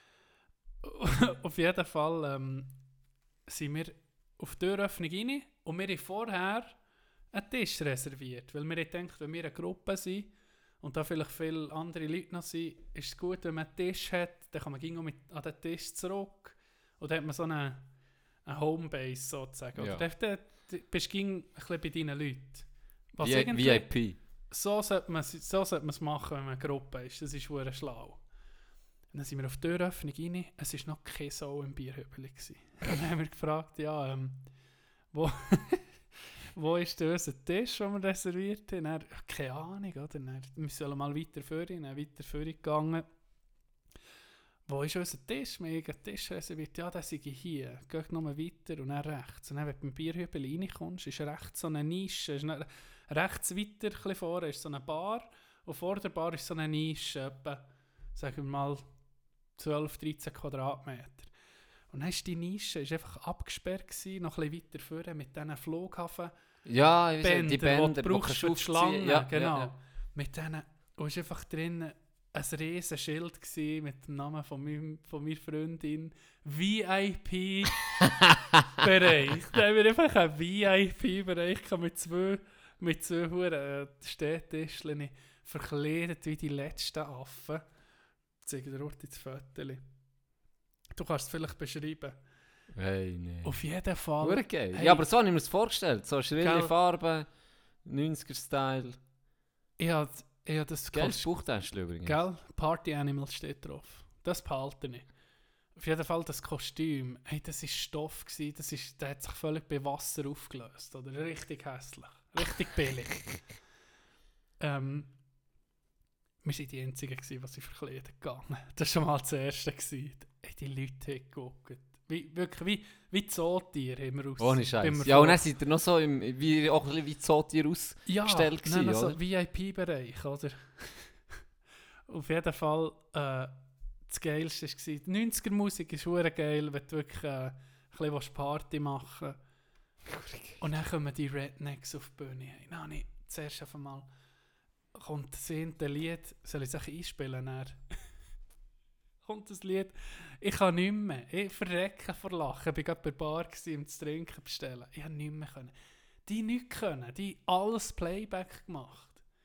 Auf jeden Fall ähm, sind wir auf die Türöffnung rein und wir haben vorher einen Tisch reserviert. Weil wir haben gedacht, wenn wir eine Gruppe sind und da vielleicht viele andere Leute noch sind, ist es gut, wenn man einen Tisch hat, dann kann man gehen mit an den Tisch zurück und dann hat man so eine, eine Homebase sozusagen. Ja. Oder dann, dann bist du ging ein bisschen bei deinen Leuten. Was V- irgendwie- V I P. so sollte man es so sollte man es machen, wenn man eine Gruppe ist. Das ist verdammt schlau. Und dann sind wir auf die Türöffnung rein. Es war noch keine Sau im Bierhöbeli. gewesen. Dann haben wir gefragt, ja, ähm, wo, wo ist denn unser Tisch, den wir reserviert haben? Dann, keine Ahnung, oder? Dann, wir sollen mal weiter vorhin, dann weiter vorhin gegangen. Wo ist unser Tisch? Wir haben einen Tisch reserviert. Ja, der sei hier. Geh noch weiter und dann rechts. Und dann, wenn du beim Bierhöbeli reinkommst, ist rechts so eine Nische. Ist dann, rechts weiter, ein bisschen vorne, ist so eine Bar. Und vor der Bar ist so eine Nische, etwa, sagen wir mal, zwölf, dreizehn Quadratmeter. Und dann ist die Nische ist einfach abgesperrt gewesen, noch ein bisschen weiter vorne mit diesen Flughafen. Ja, ich weiß, Bänder, die die Bänder, du brauchst kannst für die aufziehen. Schlangen, Ja, genau. Ja, ja. Mit denen, und es war einfach drinnen ein riesen Schild gewesen, mit dem Namen von, meinem, von meiner Freundin. V I P-Bereich. Da haben wir einfach einen V I P-Bereich mit zwei, mit zwei Huren äh, Städtischchen verkleidet wie die letzten Affen. Ich zeige dir heute das Foto. Du kannst es vielleicht beschreiben. Hey, nee. Auf jeden Fall. Hure geil. Hey. Ja, aber so habe ich mir das vorgestellt. So schrille Gell. Farben, neunziger-Style. Ich habe ich hab das Geiles Buchtäschchen übrigens. Gell? Party Animal steht drauf. Das behalte ich. Auf jeden Fall das Kostüm. Hey, das war Stoff. Gewesen, das ist, der hat sich völlig bei Wasser aufgelöst. Oder? Richtig hässlich. Richtig billig. ähm, wir waren die Einzigen, gewesen, die sich verkleidet gegangen. Das war schon mal das Erste. Gewesen. Hey, die Leute haben geguckt. Wie, wirklich, wie, wie Zootiere haben wir aus. Ohne bin Scheiß. mir Ja, vor- und dann seid ihr noch so im, wie, auch ein bisschen wie Zootier ja, ausgestellt nein, gewesen, also oder? V I P-Bereich, oder? Auf jeden Fall, äh, das Geilste war, die neunziger-Musik ist verdammt geil, wenn du wirklich äh, ein bisschen Party machen willst. Und dann kommen die Rednecks auf die Bühne. Dann habe ich zuerst einfach mal, kommt das eine Lied, soll ich es einspielen? Dann? Kommt das Lied, ich kann nicht mehr, ich verrecke vor Lachen, ich war gerade bei der Bar, gewesen, um zu trinken bestellen. Ich konnte nicht mehr. Können. Die nichts können, die alles Playback gemacht.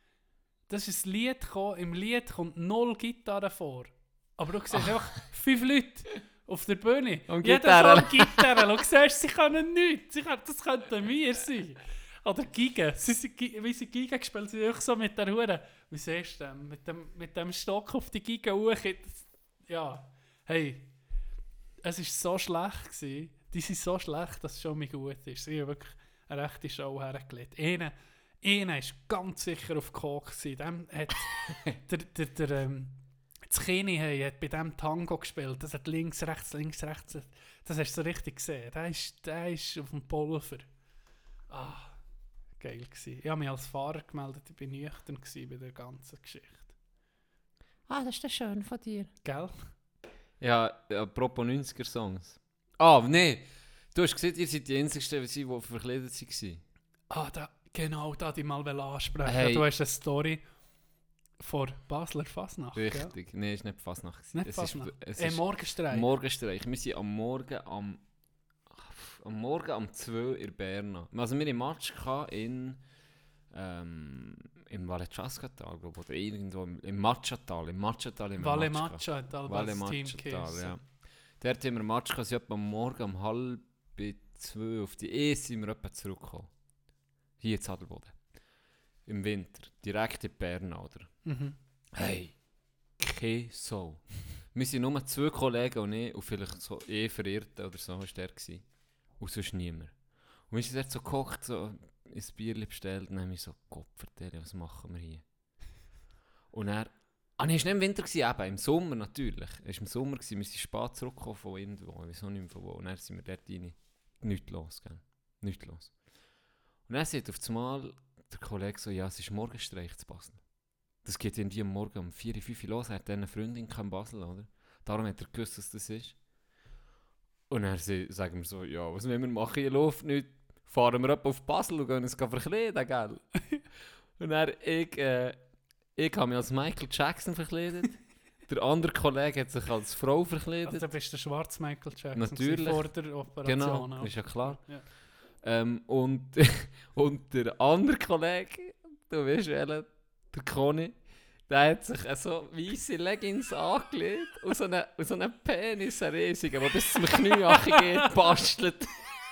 Das ist ein Lied gekommen, im Lied kommt null Gitarre vor. Aber du siehst einfach fünf Leute auf der Bühne. Und Jeder Gitarre. so Gitarre. Du siehst, sie können nichts. Sie können, das könnten wir sein. Oder Giga. Sie sind, Gi- wie sie Giga gespielt sind, einfach so mit der Hure. Wie siehst du denn? Mit dem, mit dem Stock auf die Giga hoch. Das- Ja, hey. Es war so schlecht gewesen. Die sind so schlecht, dass es schon mal gut ist. Sie haben wirklich eine rechte Show hergelegt. Einer Einer war ganz sicher auf Coke. gewesen. Dem hat der, der, der, ähm, das Kini hey, hat bei dem Tango gespielt. Das hat links, rechts, links, rechts. Das hast du so richtig gesehen. Der ist, der ist auf dem Pulver. Ah, geil gewesen. Ich habe mich als Fahrer gemeldet. Ich war nüchtern gewesen bei der ganzen Geschichte. Ah, das ist ja schön von dir. Gell? Ja, apropos neunziger-Songs. Ah, nee. Du hast gesagt, ihr seid die Einzigen, die verkleidet waren. Ah, da, genau, da die mal ansprechen. Hey. Du hast eine Story vor Basler Fasnacht. Richtig. Nein, es war nicht Fasnacht. Gell? Nicht Es Fasnacht. Ist, es Äh, ist Morgenstreich. Morgenstreich. Wir sind am Morgen am... Am Morgen um zwei in Berna. Also wir hatten Match in... Ähm, im Vallecasca-Tal, glaube ich. Oder irgendwo im, im Matcha-Tal. Im Matcha-Tal. im Valle Matcha. Matcha hat Valle alle das Team Matcha-Tal, geheißen. ja. Dort haben wir einen Match gehabt, sie etwa am Morgen um halb zwei auf die E sind wir etwa zurückgekommen. Hier in Zadelboden. Im Winter. Direkt in Bern, oder? Mhm. Hey, keine Sau. Wir sind nur zwei Kollegen und ich und vielleicht so eh Verirrte oder so war der gewesen. Und sonst niemand. Und wir sind dort so gekocht, so ein Bierchen bestellt und dann haben wir so, Gott vertelle, was machen wir hier? Und er Ah, nein, es war nicht im Winter, gewesen, eben, im Sommer natürlich. Es war im Sommer, gewesen, wir sind spät zurückgekommen von irgendwo, ich weiß auch nicht mehr von wo. Und dann sind wir dort rein. Nichts los, gell? Nichts los. Und dann sagt auf einmal der Kollege so, ja, es ist Morgenstreich zu Basel. Das geht irgendwie am Morgen um vier, fünf Uhr los. Er hat eine Freundin in Basel, oder? Darum hat er gewusst, dass das ist. Und dann sie- sagen wir so, ja, was wollen wir machen, hier läuft nicht. Fahren wir ab auf Basel und gehen uns verkleiden, gell? Und dann ich, äh, ich habe mich als Michael Jackson verkleidet. Der andere Kollege hat sich als Frau verkleidet. Also bist du der schwarze Michael Jackson Natürlich. vor der Operation. Genau, auch. ist ja klar. Ja. Ähm, und, und der andere Kollege, du weißt welchen, der Conny, der hat sich äh, so weisse Leggings angelegt und so einen so eine Penis, einen riesigen, der bis zum Knie geht, bastelt.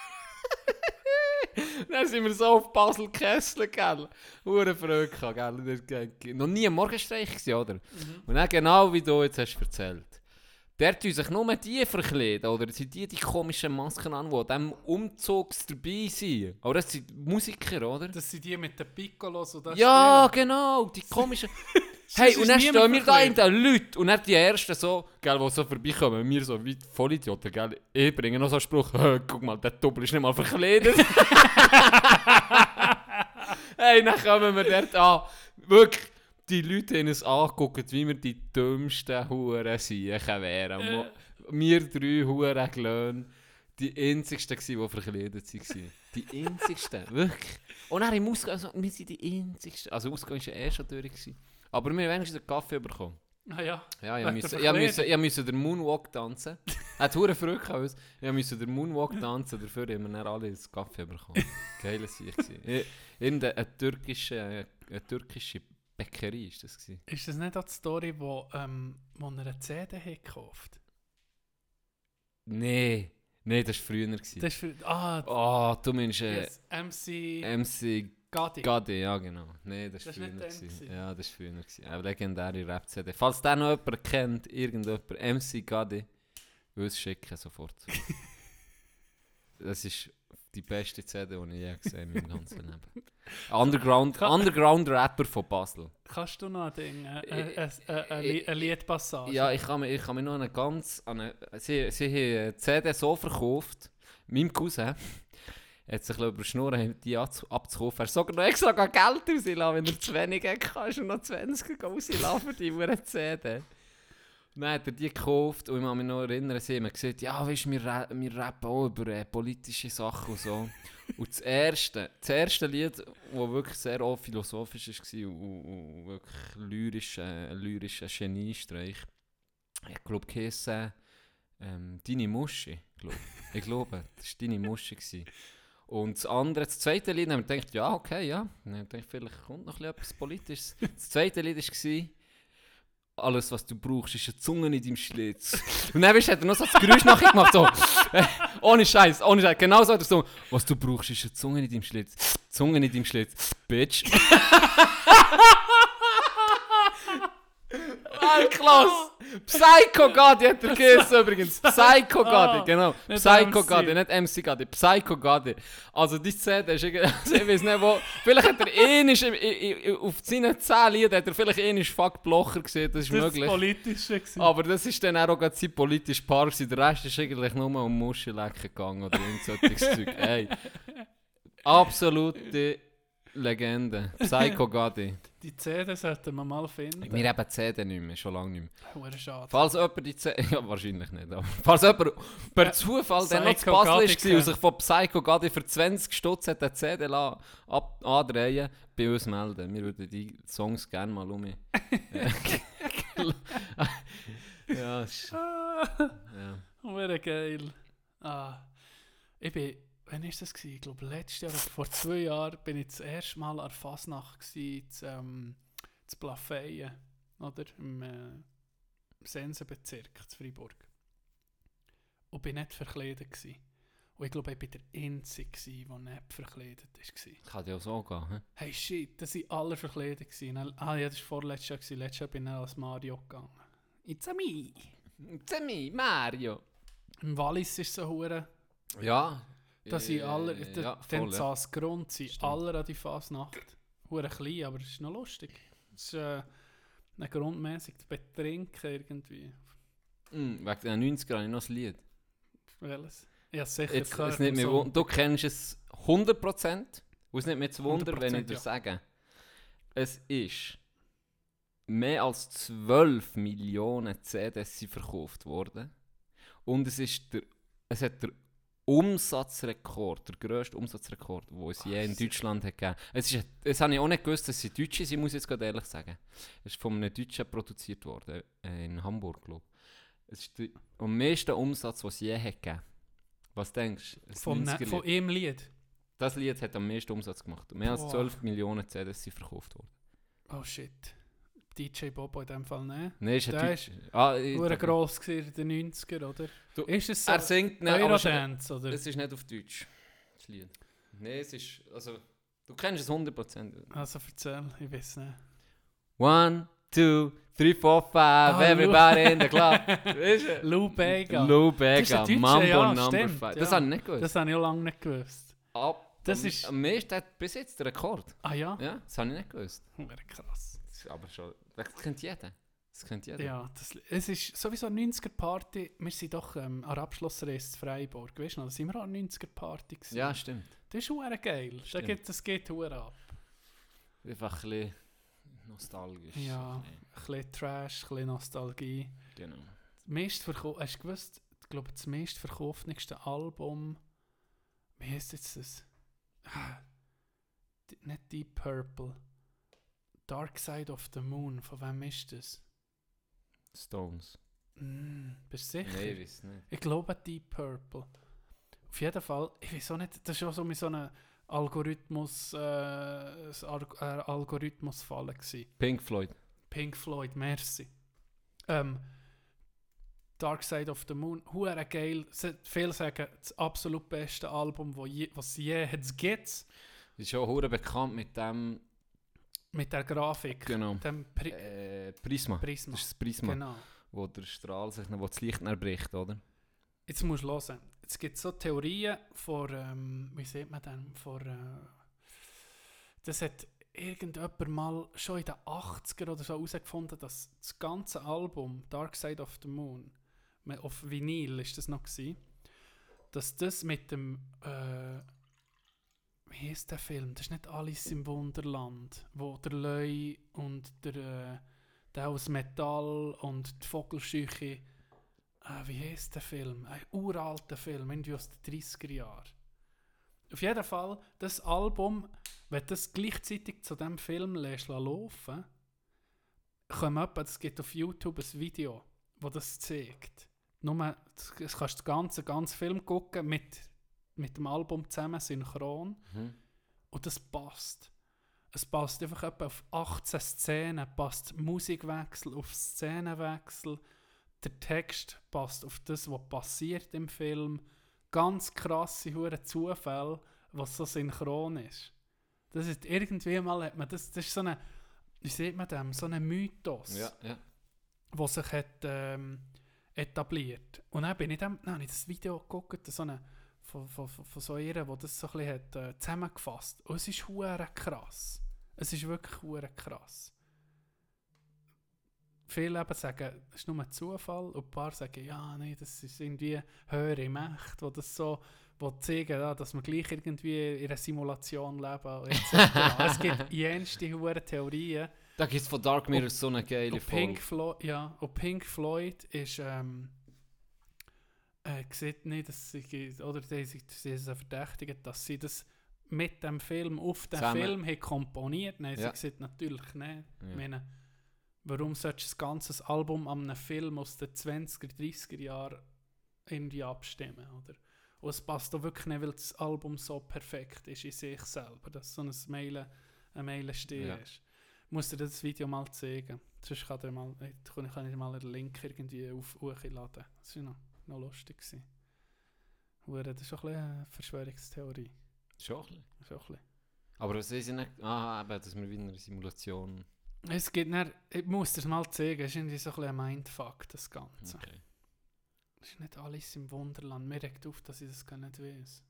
Dann sind wir so auf Basel Kessel, gell? Hure Freude gehabt, gell? Das war noch nie ein Morgenstreich gewesen, oder? Mhm. Und dann genau wie du jetzt hast erzählt. Der tun sich nur die verkleiden, oder sind die die komischen Masken an, die an diesem Umzug dabei sind? Aber das sind Musiker, oder? Das sind die mit den Piccolos und das Ja, Spielen. genau, die komischen... Hey, ist und dann niemand stehen wir da in verkleidet. den Leuten und dann die Ersten so, gell, die so vorbeikommen, wir so wie Vollidioten, gell, ich bringe noch so einen Spruch, «Hä, guck mal, der Doppel ist nicht mal verkleidet.» Hey, dann kommen wir dort an, wirklich, die Leute haben uns angeguckt, wie wir die dümmsten Huren-Siechen wären. Mo- Wir drei Huren-Glöhne, die einzigsten gsi, die verkleidet waren. Die einzigsten, wirklich. Und dann im Ausgang, also, wir sind die einzigsten, also Ausgang war ja eh schon durch gewesen. Aber wir haben wenigstens einen Kaffee bekommen. Ah ja. Ja, ich Wegen musste, der ich musste, ich musste den Moonwalk tanzen. Er hat hure Freude gehabt. Ich musste den Moonwalk tanzen, dafür haben wir dann alle einen Kaffee bekommen. Geile Sache. Ich- Irgendeine eine türkische, eine türkische Bäckerei war das. Gewesen. Ist das nicht auch die Story, wo, ähm, wo er eine C D hat gekauft? Nee, nee, das war früher. Gewesen. Das ist für... Ah, Oh, du meinst äh, yes, M C M C Gadi. Gadi, ja genau. Nee, das war Das ist früher. nicht der Gewesen. M C. Ja, das war früher. Gewesen. Eine legendäre Rap-C D. Falls den noch jemand kennt, irgendjemand, M C Gadi, will es schicken sofort zu. Das ist die beste C D, die ich je gesehen habe in meinem ganzen Leben. Underground, Underground Rapper von Basel. Kannst du noch ein Ding, äh, äh, Äh, äh, äh, äh, Li- eine Liedpassage? Ja, ich kann mich, ich kann mich noch an eine ganz... An eine, sie, sie haben eine C D so verkauft, meinem Cousin hat sich über die Schnur die abzu- abzukaufen. Er hat sogar noch extra Geld rauslassen, wenn er zu wenig hat, kannst du noch zwanzig rauslassen für die Uhr C D. Dann hat er die gekauft und ich kann mich noch erinnern, sie haben gesagt, ja, weißt du, wir, ra- wir rappen auch über äh, politische Sachen und so. Und das erste, das erste Lied, das wirklich sehr auch philosophisch war und, und wirklich lyrisch, äh, ein lyrischer Geniestreich, ich glaube, geheissen, ähm, «Deine Muschi», glaub. Ich glaube, das war «Deine Muschi». Gewesen. Und das andere, das zweite Lied, haben wir gedacht, ja, okay, ja, dann habe ich gedacht, vielleicht kommt noch etwas Politisches. Das zweite Lied war, «Alles, was du brauchst, ist eine Zunge in deinem Schlitz.» Und dann weißt, hat er noch so das Geräusch nachher gemacht, so, äh, ohne Scheiß, ohne Scheiß, genau so hat er so, «Was du brauchst, ist eine Zunge in deinem Schlitz, Zunge in deinem Schlitz, Bitch.» Weltklasse! Psycho Gadi hat er geheißen übrigens. Psycho Gadi, Ah, genau. nicht Psycho M C. Gadi, nicht M C Gadi. Psycho Gadi. Also die C D ist irgendwie, also ich weiß nicht wo, vielleicht hat er ähnlich auf seinen zehn Liedern hat er vielleicht ähnlich Fuck Blocher gesehen, das ist das war möglich. das Politische. gewesen. Aber das ist dann auch gerade sein politischer Part gewesen. Der Rest ist eigentlich nur um Muschelecken gegangen oder irgend solches Zeug. Ey. Absolute Legende. Psycho Gadi. Die C D sollten wir mal finden. Wir haben die C D nicht mehr, schon lange nicht mehr. Hure schade. Falls jemand die C D... Ja, wahrscheinlich nicht, aber... Falls jemand per Zufall dann noch zu Psycho Basel Gadi ist und sich von Psycho Gadi für zwanzig Stutz hat eine C D la- ab andrehen, bei uns melden. Wir würden die Songs gerne mal um mich... ja, ist... Ja. Hure geil. Ah, ich bin, wann war das? Gewesen? Ich glaube, letztes Jahr oder vor zwei Jahren bin ich das erste Mal an der Fasnacht gewesen, zu, ähm, zu Plafeyen, oder? Im äh, Sensenbezirk, zu Freiburg. Und bin nicht verkleidet gewesen. Und ich glaube, ich war der Einzige, gewesen, der nicht verkleidet war. Kann ja auch so gehen, hä? Hey shit, das waren alle verkleidet. Gewesen. Dann- Ah ja, das war vorletztes Jahr. Gewesen. Letztes Jahr bin ich als Mario gegangen. It's a me! Zemi, Mario! Im Wallis ist so hure. Ja. Da sind alle, Äh, da, ja, dann voll, ja. das Grund sind Stimmt. alle an die Fasnacht. Hure klein, aber es ist noch lustig. Es ist äh, ein grundmäßig zu betrinken irgendwie. Mm, wegen den neunziger habe ich noch ein Lied. Welches? Ja, sicher. Jetzt, gehört es nicht am mehr, Sonntag. du kennst es hundert Prozent. Und es nicht mehr zu wundern, wenn ich hundert Prozent, dir ja. sage. Es ist mehr als zwölf Millionen C Ds sind verkauft worden. Und es ist der, es hat der Umsatzrekord, der grösste Umsatzrekord, den es je in Deutschland hat gegeben. Es ist, das habe ich auch nicht gewusst, dass sie Deutsche sind, muss ich jetzt gerade ehrlich sagen. Es ist von einem Deutschen produziert worden, äh, in Hamburg, glaube ich. Es ist der am meisten Umsatz, den es je hat gegeben. Was denkst du? Vom ne, von ihrem Lied? Das Lied hat am meisten Umsatz gemacht. Mehr als Boah. zwölf Millionen C Ds sind verkauft worden. Oh shit. D J Bobo in dem Fall, ne? Nein, ist ein Der Deutsch. Ah, ich- War gross gewesen in den neunziger, oder? Du, Ist es so er singt nicht, aber es- Eurodance, oder? es ist nicht auf Deutsch, das Lied. Nein, es ist, also, du kennst es hundert Prozent. Also erzähl, ich weiß nicht. One, two, three, four, five, Ah, everybody in the club. Weißt du? Lou Bega. Lou Das ist Bega, ein Deutscher, Mambo ja, Number stimmt, five. ja. Das habe ich nicht gewusst. Das habe ich auch lange nicht gewusst. Ab, das am, ist- am meisten hat bis jetzt der Rekord. Ah ja? Ja, das habe ich nicht gewusst. Wäre krass. Das ist aber schon, das kennt jeder. Das kennt jeder. Ja, das, es ist sowieso eine neunziger-Party. Wir sind doch ähm, an der Abschlussreise in Freiburg. Weißt du noch, da sind wir an einer neunziger-Party gewesen. Ja, stimmt. Das ist verdammt geil. Da Stimmt. geht, das geht verdammt ab. Einfach ein bisschen nostalgisch. Ja, Ein ein bisschen Trash, ein bisschen Nostalgie. bisschen, Genau. Meist verkau- Hast du gewusst, ich glaube, das meist verkaufnigste Album, wie heisst jetzt das? Ah, D- nicht Deep Purple. Dark Side of the Moon, von wem ist das? Stones. Mm, bist du sicher? Nein, ich weiß nicht. Ich glaube Deep Purple. Auf jeden Fall, ich weiß auch nicht, das war auch so mit so einem Algorithmus, äh, ein Ar äh, Algorithmusfall gewesen. Pink Floyd. Pink Floyd, merci. Ähm, Dark Side of the Moon, hure geil. Se- Viele sagen, das absolut beste Album, wo je, was je hat, gibt. Ist schon hure bekannt mit dem, Mit der Grafik. genau, Dem Pri äh, Prisma. Prisma. Das ist das Prisma, Genau. wo der Strahl sich, wo das Licht erbricht, oder? Jetzt musst du hören. Es gibt so Theorien vor, ähm, wie sieht man denn, vor, äh, das hat irgendjemand mal schon in den achtziger oder so herausgefunden, dass das ganze Album Dark Side of the Moon, me- auf Vinyl ist das noch gewesen, dass das mit dem, äh, wie heisst der Film? Das ist nicht Alice im Wunderland, wo der Löwe und der, äh, der aus Metall und die Vogelscheuche. Ah, wie heisst der Film? Ein uralter Film, irgendwie aus den dreissiger Jahren. Auf jeden Fall, das Album, wenn du das gleichzeitig zu diesem Film lässt laufen, kommt etwa, es gibt auf YouTube ein Video, das das zeigt. Nur, das kannst du den ganzen, ganzen Film gucken, mit, mit dem Album zusammen, synchron, Mhm. und das passt. Es passt einfach etwa auf achtzehn Szenen, passt Musikwechsel auf Szenenwechsel, der Text passt auf das, was passiert im Film. Ganz krasse hure Zufälle, was so synchron ist. Das ist irgendwie mal, hat man das, das ist so eine, wie sieht man dem, so ein Mythos, Ja, ja. der sich hat, ähm, etabliert. Und dann bin ich dem, dann habe ich das Video geguckt, so eine, von, von, von, von so einer, die das so ein bisschen hat, äh, zusammengefasst. Und es ist hure krass. Es ist wirklich hure krass. Viele eben sagen, es ist nur ein Zufall, und ein paar sagen, ja, nee, das ist irgendwie höhere Mächte, die das so, die zeigen, ja, dass wir gleich irgendwie in einer Simulation leben, et cetera. Es gibt jenste hure Theorien. Da gibt es von Dark Mirror so eine geile Und Pink, Folge. Flo ja, und Pink Floyd ist, ähm, äh, sieht nicht, dass sie, oder die, sie, sie sind verdächtigt, dass sie das mit dem Film, auf den Zusammen. Film haben komponiert. Nein, Ja. sie sieht natürlich nicht. Ja. Ich meine, warum solltest du das ganze Album an einem Film aus den zwanziger, dreissiger Jahren irgendwie abstimmen, oder? Und es passt auch wirklich nicht, weil das Album so perfekt ist in sich selber, dass so ein Meilen, ein Meilenstein Ja. ist. Ich muss dir das Video mal zeigen. Sonst kann, dir mal, kann ich dir mal einen Link irgendwie auf hochladen. Das war noch, noch lustig. gewesen. Hure, das ist auch ein bisschen eine Verschwörungstheorie. Schon ein bisschen. Das ist auch ein bisschen. Aber was ist nicht? Ah, eben, dass wir wieder eine Simulation. Es gibt dann, ich muss dir mal zeigen, es ist irgendwie so ein bisschen ein Mindfuck, das Ganze. Okay. Es ist nicht alles im Wunderland. Mir regt auf, dass ich das gar nicht weiß.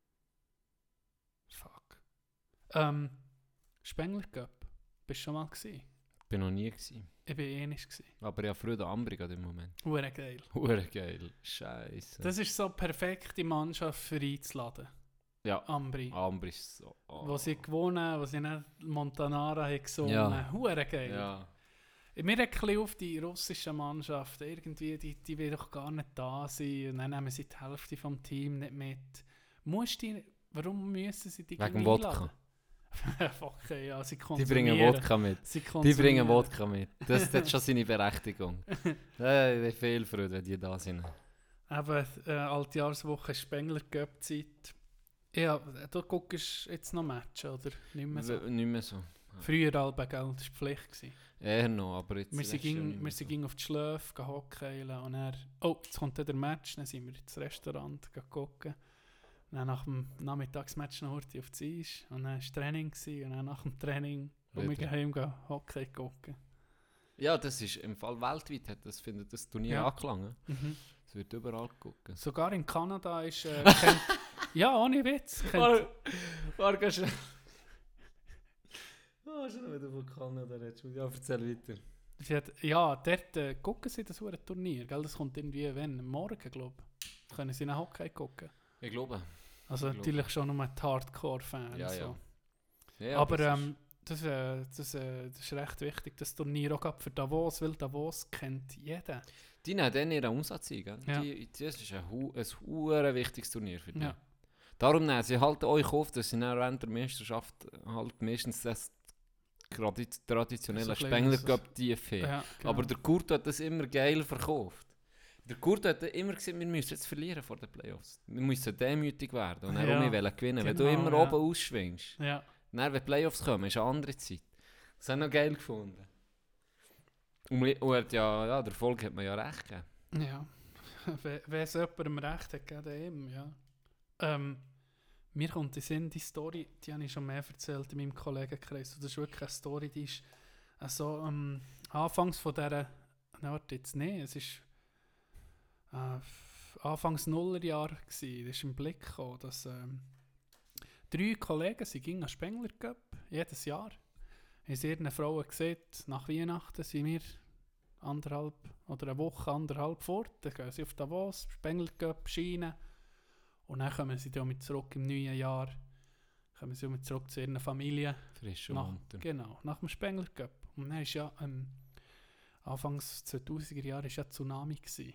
Fuck. Ähm, Spengler Cup. Bist du schon mal gewesen? Bin noch nie gewesen. Ich bin eh nicht gewesen. Aber ja, früher der Ambrig an dem Moment. Hure geil. Hure geil. Scheiße. Das ist so eine perfekte Mannschaft für einzuladen. ja, Ambri. Ambrig ist so. Oh. Wo sie gewonnen, wo sie nicht Montanara haben gesungen. Ja. Hure geil. Ja. Mir regt ein bisschen auf die russischen Mannschaften. Irgendwie, die, die will doch gar nicht da sein. Und dann nehmen sie die Hälfte vom Team nicht mit. Musst die, warum müssen sie die Wegen Wodka. Okay, ja, sie Die konsumieren. bringen Wodka mit. Sie Die konsumieren. bringen Wodka mit. Das, das hat schon seine Berechtigung. Äh, ich viel Freude, wenn die da sind. Eben, äh, Altjahrswoche Spengler Cup Zeit. Ja, du guckst jetzt noch Matches, oder? Nicht mehr so. W- Nicht mehr so. Früher Alben, gell? Das war Pflicht. Gewesen. Eher noch, aber jetzt Wir sind, letztes Jahr ging, nicht mehr wir so. sind ging auf die Schläfe, gehen hockeilen und dann... Oh, jetzt kommt dann der Match, dann sind wir ins Restaurant gehen gucken. Dann nach dem Nachmittagsmatch noch heute auf die Eis und dann war Training gewesen, und dann nach dem Training und wir Wieder. gehen heim gehen Hockey gucken. Ja, das ist im Fall weltweit, hat das, findet das Turnier Ja. angelangen. Mhm. Es wird überall gucken. Sogar in Kanada ist... Äh, kennt, ja, ohne Witz. Kennt, War ganz schnell. Oh, schon wieder von Kanada redest. Ja, erzähl weiter. sie hat, ja, dort äh, gucken sie das hure Turnier, gell? Das kommt irgendwie, wenn? Morgen, glaube ich. Können sie nach Hockey gucken. Ich glaube. Also Ich natürlich schon nur die Hardcore-Fans. Ja, so. ja. Ja, Aber das ist- ähm, das, äh, das, äh, das ist recht wichtig, das Turnier auch gerade für Davos, weil Davos kennt jeder. die nehmen dann ihren Umsatz ein, gell? Ja. Die, das ist ein, hu- ein hu- wichtiges Turnier für die. Ja. Darum nehmen sie halt euch auf, dass sie dann während der Meisterschaft halt meistens das tradi- traditionelle So ein Spengler kleines- Cup tief haben. Ja, genau. Aber der Kurt hat das immer geil verkauft. Der Kurt hat immer gesagt, wir müssen jetzt verlieren vor den Playoffs. Wir müssen demütig werden und dann Ja, ja. wollen gewinnen. Wenn du genau, immer ja. oben ausschwingst, ja. dann, wenn die Playoffs kommen, ist eine andere Zeit. Das habe ich noch geil gefunden. Und, wir- und er hat ja, ja, der Erfolg hat man ja recht gegeben. Ja, wenn wenn es jemandem recht hat, geht eben, ja. Ähm, mir kommt in Sinn, die Story, die habe ich schon mehr erzählt in meinem Kollegenkreis. Und das ist wirklich eine Story, die ist also, ähm, anfangs von dieser, nein, warte jetzt nicht, es ist äh, f- anfangs Nullerjahre gsi, das ist im Blick gekommen, dass ähm, drei Kollegen, sie gingen an Spengler Cup, jedes Jahr, haben sie ihren Frauen gesehen, nach Weihnachten sind wir anderthalb oder eine Woche, anderthalb fort, dann gehen sie auf Davos, Spengler Cup, Schiene und dann kommen sie dann mit zurück im neuen Jahr, kommen sie mit zurück zu ihren Familien, Frisch und nach, munter. genau, nach dem Spengler Cup. Und dann ist ja, ähm, Anfangs zweitausender Jahre war ja Tsunami gewesen,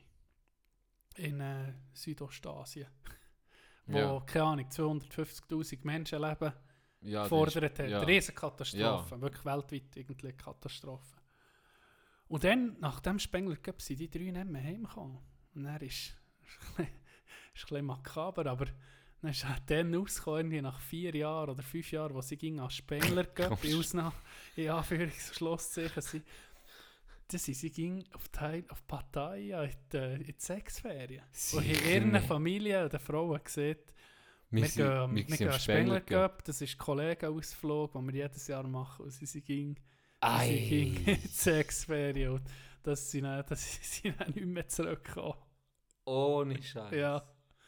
in äh, Südostasien, wo, Ja. keine Ahnung, zweihundertfünfzigtausend Menschen leben Ja, das gefordert ist- hat. ja. Riesenkatastrophe, wirklich weltweit irgendwie Katastrophe. Und dann, nach dem Spengler Cup, sind die drei nicht mehr heimgekommen. Und dann ist es ein bisschen makaber, aber dann ist er dann rausgekommen, irgendwie nach vier Jahren oder fünf Jahren, wo sie ging an Spengler Cup, in Ausnahme, in Anführungs- und Schlusszeichen, sie, dann sind sie ging auf, Teil, auf Pattaya in die, in die Sexferien. Wo in Sicher ihren nicht. Familien und den Frauen gesehen, Wir, wir sind- gehen, wir sind gehen am an Spengler Spengler Cup, das ist ein Kollegenausflug, den wir jedes Jahr machen. Und sie sind ging, Ei. sie ging in die Sexferien. Und dass sie dann, dass sie dann nicht mehr zurückkommen. Ohne Scheiß. Ja,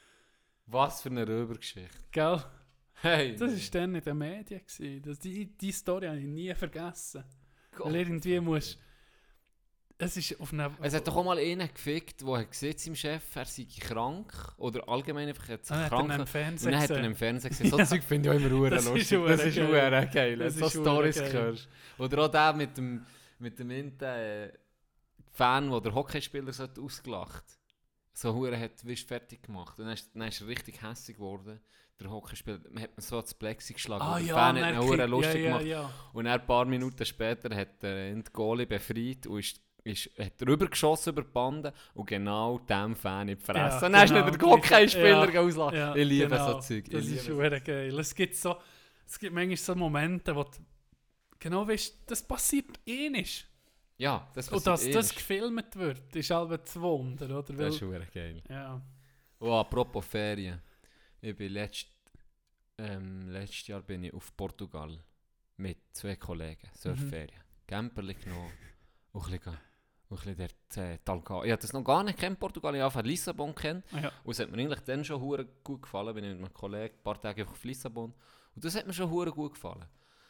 Was für eine Röbergeschichte. gell? Hey. Das war dann in den Medien. Gewesen. Das, die, die Story habe ich nie vergessen. Gott. Weil irgendwie muss... Es ist auf einer... Es hat doch auch mal einen gefickt, der hat gesehen, seinem Chef, er sei krank. Oder allgemein einfach jetzt Ah, hat er krank. ihn im Und Fernsehen dann hat er ihn gesehen. im Fernsehen gesehen. So Ja. Zeug finde ich auch immer hure Das ist lustig. hure Das ist geil. hure geil. Das So ist hure Storys geil. hörst. Oder auch der mit dem, mit dem einen, äh, Fan, der der Hockeyspieler so hat ausgelacht. So hure hat wisch fertig gemacht. Und dann ist, dann ist er richtig hässig geworden. Der Hockeyspieler, man hat mir so das Plexi geschlagen. Ah und der ja, Fan und hat er ihn hure kriegt- lustig ja, ja, gemacht. ja. Und dann ein paar Minuten später hat er den Goalie befreit und ist, ist, hat rübergeschossen über die Bande und genau dem Fan in die Fresse. Ja, und dann ist genau. nicht der Hockeyspieler Ja, auslachen. ja, ich liebe genau. so Zeug. Ich Das liebe ist so. schon geil. Es gibt so, es gibt manchmal so Momente, wo du genau weißt, das passiert eh nicht. Ja, das Und dass passiert das eh nicht. gefilmt wird, ist halt das Wunder, oder? Weil, Das ist schon geil. ja. Oh, apropos Ferien. Ich bin letzt, ähm, letztes Jahr bin ich auf Portugal mit zwei Kollegen. Surfferien. Camperli genommen. Und ein bisschen, und ein bisschen dort äh, Talca. Ich habe das noch gar nicht kennt, Portugal. Ich habe Lissabon kennt. Ah, ja. Und es hat mir eigentlich dann schon hure gut gefallen. Bin ich mit meinem Kollegen ein paar Tage einfach auf Lissabon. Und das hat mir schon hure gut gefallen.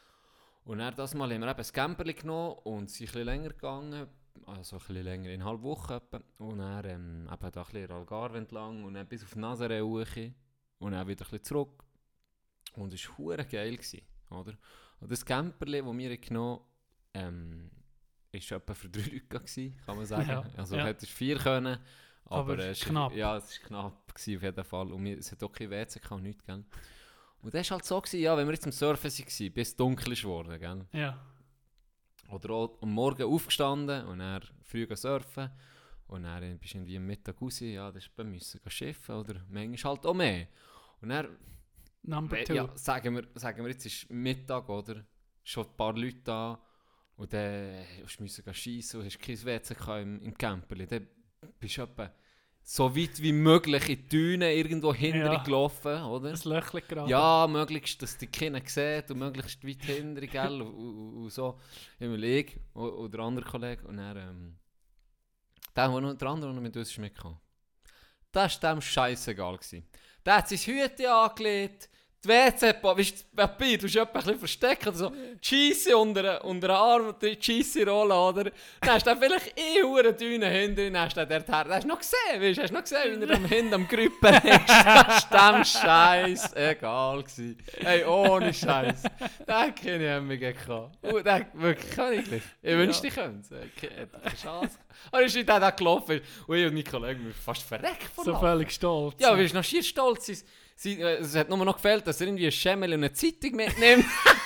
Und dann das Mal haben wir eben ein Camperli genommen und sind ein bisschen länger gegangen. Also ein bisschen länger, in halb Woche etwa. Und dann ähm, eben da ein bisschen in Algarve entlang und dann bis auf Nazaré hoch. Und dann wieder ein bisschen zurück. Und es war hure geil gewesen, oder? Und das Camperli, das wir genommen haben, ähm, ist etwa für drei Leute gewesen, kann man sagen. Ja, Also ja. hättest vier können, aber, Aber äh, es ist es knapp. Ja, es war knapp gewesen, auf jeden Fall. Und wir, es hat auch kein W C gehabt, nichts, gell. Und das war halt so, gewesen, ja, wenn wir jetzt am Surfen waren, bis es dunkel ist geworden, gell. Ja. Oder auch am Morgen aufgestanden und dann früh gehen surfen. Und dann bist du irgendwie am Mittag raus, ja, das ist bei müssen gehen schiffen oder manchmal halt auch mehr. Und dann, Number two. ja, sagen wir, sagen wir, jetzt ist Mittag, oder? Schon ein paar Leute da und dann musst du müssen gehen schiessen und hast kein W C gehabt im, im Camperli. Dann bist du etwa so weit wie möglich in die Düne irgendwo hinterher Ja. gelaufen, oder? Das Löchchen gerade. Ja, möglichst, dass die Kinder sehen und möglichst weit hinterher, gell, und, und, und so. Immer ich oder der andere Kollege. Und dann, ähm, der, der noch, der andere, der noch mit uns ist mitgekommen. Das war dem scheissegal gewesen. Der hat sein Hütchen angelegt, die W C-Papier, weißt du, das Papier, du musst etwa ein bisschen verstecken, oder so, die Scheisse unter, unter den Arm und die Scheisse rollen, oder? Dann hast du dann vielleicht eh hure Düne hinter, dann hast du den dort her, hast du noch gesehen, weißt du, hast du noch gesehen, wie er am Hinten am Grüppen ist, das war dem Scheiß egal gewesen. Hey, ohne Scheiß. Den kenne ich mich gehabt. Und den wirklich königlich. Ich wünschte, ich könnte es. Keine Chance. Aber ist nicht der, der gelaufen ist. Und ich und mein Kollege sind fast verreckt von So Lachen. völlig stolz. Ja, wir sind noch schier stolz. Sie, sie, äh, es hat nur noch gefehlt, dass er irgendwie ein Schemmel und eine Zeitung mitnimmt.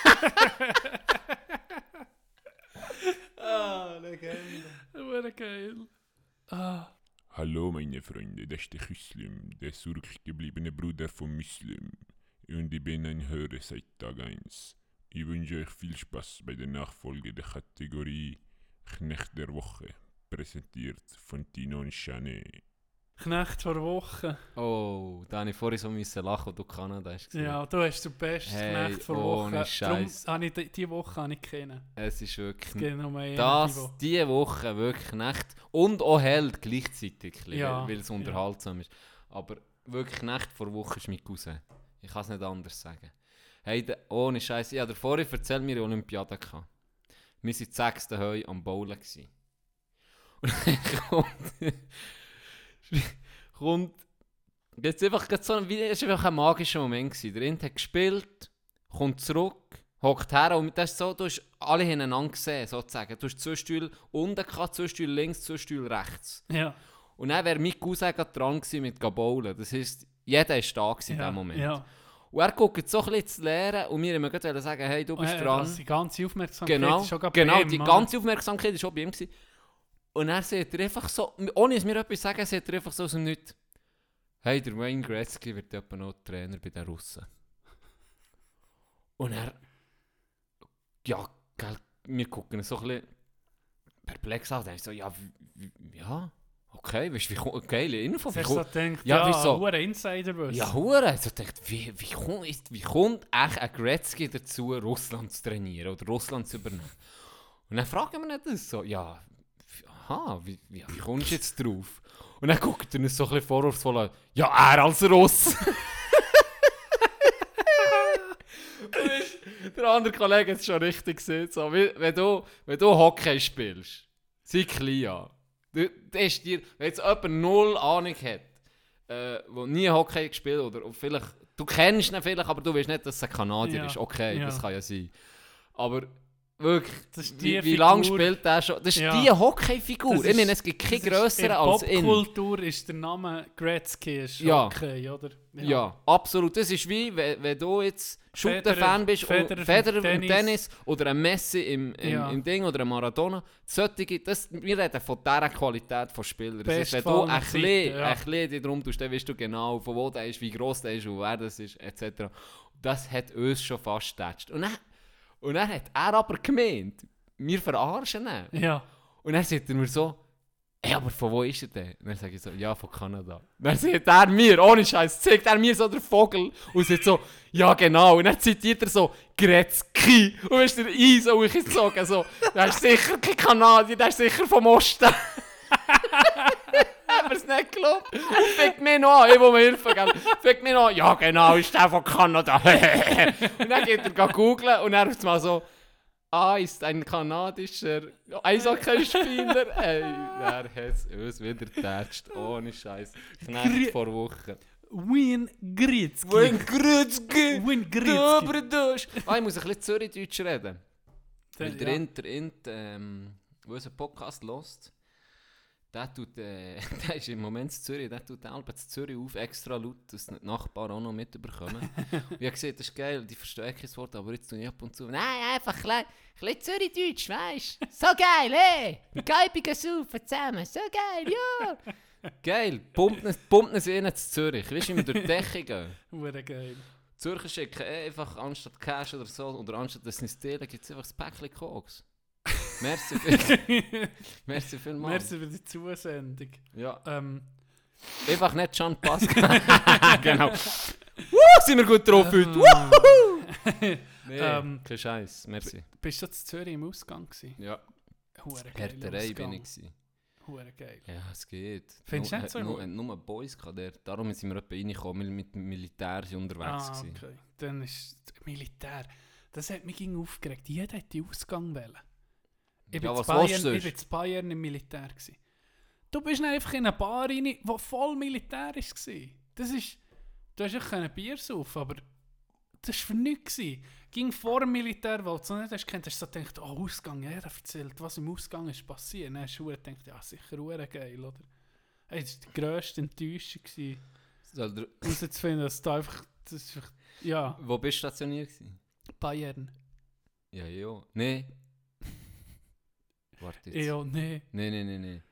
Ah, Legende. Hure geil. Ah. Hallo meine Freunde, das ist der Küslim, der zurückgebliebene Bruder von Muslim. Und ich bin ein Hörer seit Tag eins. Ich wünsche euch viel Spaß bei der Nachfolge der Kategorie Knecht der Woche, präsentiert von Tino und Chanet. Knecht vor Woche. Oh, da habe ich vorhin so müssen lachen, als du Kanada hast gesehen. Ja, du hast den besten Hey, Knecht vor ohne Woche. Scheiß. Darum habe ich die, die Woche habe ich kennen. Es ist Es wirklich... geht nur eine Das, die Woche. diese Woche wirklich Nacht und auch Held gleichzeitig, ein bisschen, Ja, weil es unterhaltsam ist. Aber wirklich Nacht vor Woche ist mein Cousin. Ich kann es nicht anders sagen. Hey, de, ohne Scheiße, ich habe dir vorhin erzählt, wir hatten Olympiade. Gehabt. Wir waren sechs Heu am Bowlen. Gewesen. Und dann kommt... kommt jetzt einfach so, wie, es war einfach ein magischer Moment gewesen. Der Int hat gespielt, kommt zurück, hockt her und das ist so, du hast alle hintereinander gesehen, sozusagen. Du hast zwei Stühle unten gehabt, zwei Stühle links, zwei Stühle rechts. Ja. Und dann wäre mein Cousin gerade dran gewesen mit Bowlen. Das heisst, jeder war da gewesen in ja. dem Moment. Ja. Und er guckt so ein bisschen zu leeren und wir wollten gerade sagen, hey, du bist Äh, dran. also die ganze Aufmerksamkeit Genau, ist schon gerade genau bei ihm, die oder? ganze Aufmerksamkeit war schon bei ihm. Gewesen. Und er sagt er einfach so, ohne es mir etwas zu sagen, sagt er einfach so aus dem Nichts, hey, der Wayne Gretzky wird etwa noch Trainer bei den Russen. Und er, ja, gell, wir gucken ihn so ein bisschen perplex an, und ich so, ja, wie, wie, ja, okay, weißt du, wie kommt, geile Info, Hast wie du so kommt, gedacht, Ja, ja, wieso? hure Insider wissen. ja, hure, also ich dachte, wie, wie, kommt, ist- wie kommt echt ein Gretzky dazu, Russland zu trainieren oder Russland zu übernehmen? Und dann fragen wir ihn das so, ja, aha, wie, wie, wie kommst du jetzt drauf? Und dann guckt er uns so ein bisschen vorwurfsvoll an, ja, er als Russ. Und weisst, der andere Kollege hat es schon richtig gesehen, so, wie, wenn, du, wenn du Hockey spielst, sei klein an. Du, das ist dir, wenn jetzt jemand null Ahnung hat, äh, der nie Hockey gespielt oder vielleicht, du kennst ihn vielleicht, aber du weißt nicht, dass es ein Kanadier Ja, ist. Okay, ja. das kann ja sein. Aber wirklich, Das ist die wie, wie lange Figur- spielt der schon? Das ist Ja. die Hockey-Figur. Das Ich meine, ist- es gibt keine Das ist- grösseren in als ihn. Popkultur ist der Name Gretzky ist schon Ja. okay, oder? Ja. absolut. Das ist wie, wenn, wenn du jetzt Federer- Shooter-Fan bist Federer und Federer im im Tennis. Tennis oder ein Messi im, im, Ja. im Ding oder ein Maradona. Solche, das, wir reden von dieser Qualität von Spielern. Das ist, wenn du Bestfallende ein bisschen, Zeiten, ja. ein bisschen dich darum tust, dann weißt du genau, von wo der ist, wie gross der ist und wer das ist, et cetera. Das hat uns schon fast getatscht. Und dann, und dann hat er aber gemeint, wir verarschen ihn. Ja. Und dann sagt er mir so, hey, aber von wo ist er denn? Und dann sage ich so, ja, von Kanada. Und dann sagt er mir, ohne Scheiß, zeigt er mir so den Vogel und sagt so, ja genau. Und dann zitiert er so, Gretzky. Und dann ist der Eis auch gezogen, so, der ist sicher kein Kanadier, der ist sicher vom Osten. Haben wir es nicht geglaubt? Und fängt mich noch an, ich will mir helfen, gell? Fängt mich noch an, ja genau, ist der von Kanada. Und dann geht er googeln und dann ist mal so, ah, ist ein kanadischer Eishockeyspieler. Ey, der hat es uns wieder getatscht. Ohne Scheiß. Knecht vor Wochen. Wayne Gretzky. Wayne Gretzky! Wayne Du Gretzky. aber du! Ah, ich muss ein bisschen Zürich-Deutsch reden. Weil Der- der ja. Int, der Int, ähm, der unseren Podcast hört, der, tut, äh, der ist im Moment in Zürich, der tut Alben in Zürich auf, extra laut, dass die Nachbarn auch noch mitbekommen. Und ich habe gesehen, das ist geil, die verstehen kein Wort, aber jetzt tue ich ab und zu, nein, einfach ein bisschen Zürich-Deutsch, weißt du? So geil, hey! Geibigen saufen zusammen, so geil, ja! Geil, pumpen sie innen zu Zürich, weißt du, wie wir durch die Decke gehen. Hure geil. Zürcher schicken einfach anstatt Cash oder so, oder anstatt dass sie es teilen, gibt es einfach das Päckchen Koks. Merci viel. Merci vielmals. Merci für die Zusendung. Ja. Ähm, Einfach nicht Can Pascal. Genau. Woo, sind wir gut drauf heute. Woohoo! Nee, Ähm, kein Scheiß. Merci. bist du in Zürich im Ausgang gewesen? Ja. Hure geil. Härterei bin ich gewesen. Hure geil. Ja, es geht. Findest du nicht so nur, gut? nur, nur Boys gehabt, der. Darum sind wir etwa reingekommen, weil wir mit dem Militär sind unterwegs Ah, gewesen. okay. Dann ist das Militär. Das hat mich ging aufgeregt. Jeder hat die Ausgang wählen. Ich bin Ja, in was Bayern, willst du ich bin in Bayern im Militär gewesen. Du bist dann einfach in eine Bar rein, die voll Militär war. Das ist... Du hast ja kein Bier saufen, aber das war für nichts. Ging vor dem Militär, weil du es noch nicht hast gekannt, hast du so gedacht, oh, Ausgang, jeder erzählt, was im Ausgang ist passiert. Dann hast du gedacht, ja, sicher hure geil, oder? Hey, das war die grösste Enttäuschung, gewesen, Soll der- herauszufinden, dass da einfach, das ist einfach, ja, Wo bist du stationiert gewesen? Bayern. Ja, ja. Nee. Warte jetzt. Ja, nee. Nein, nein, nein, nein.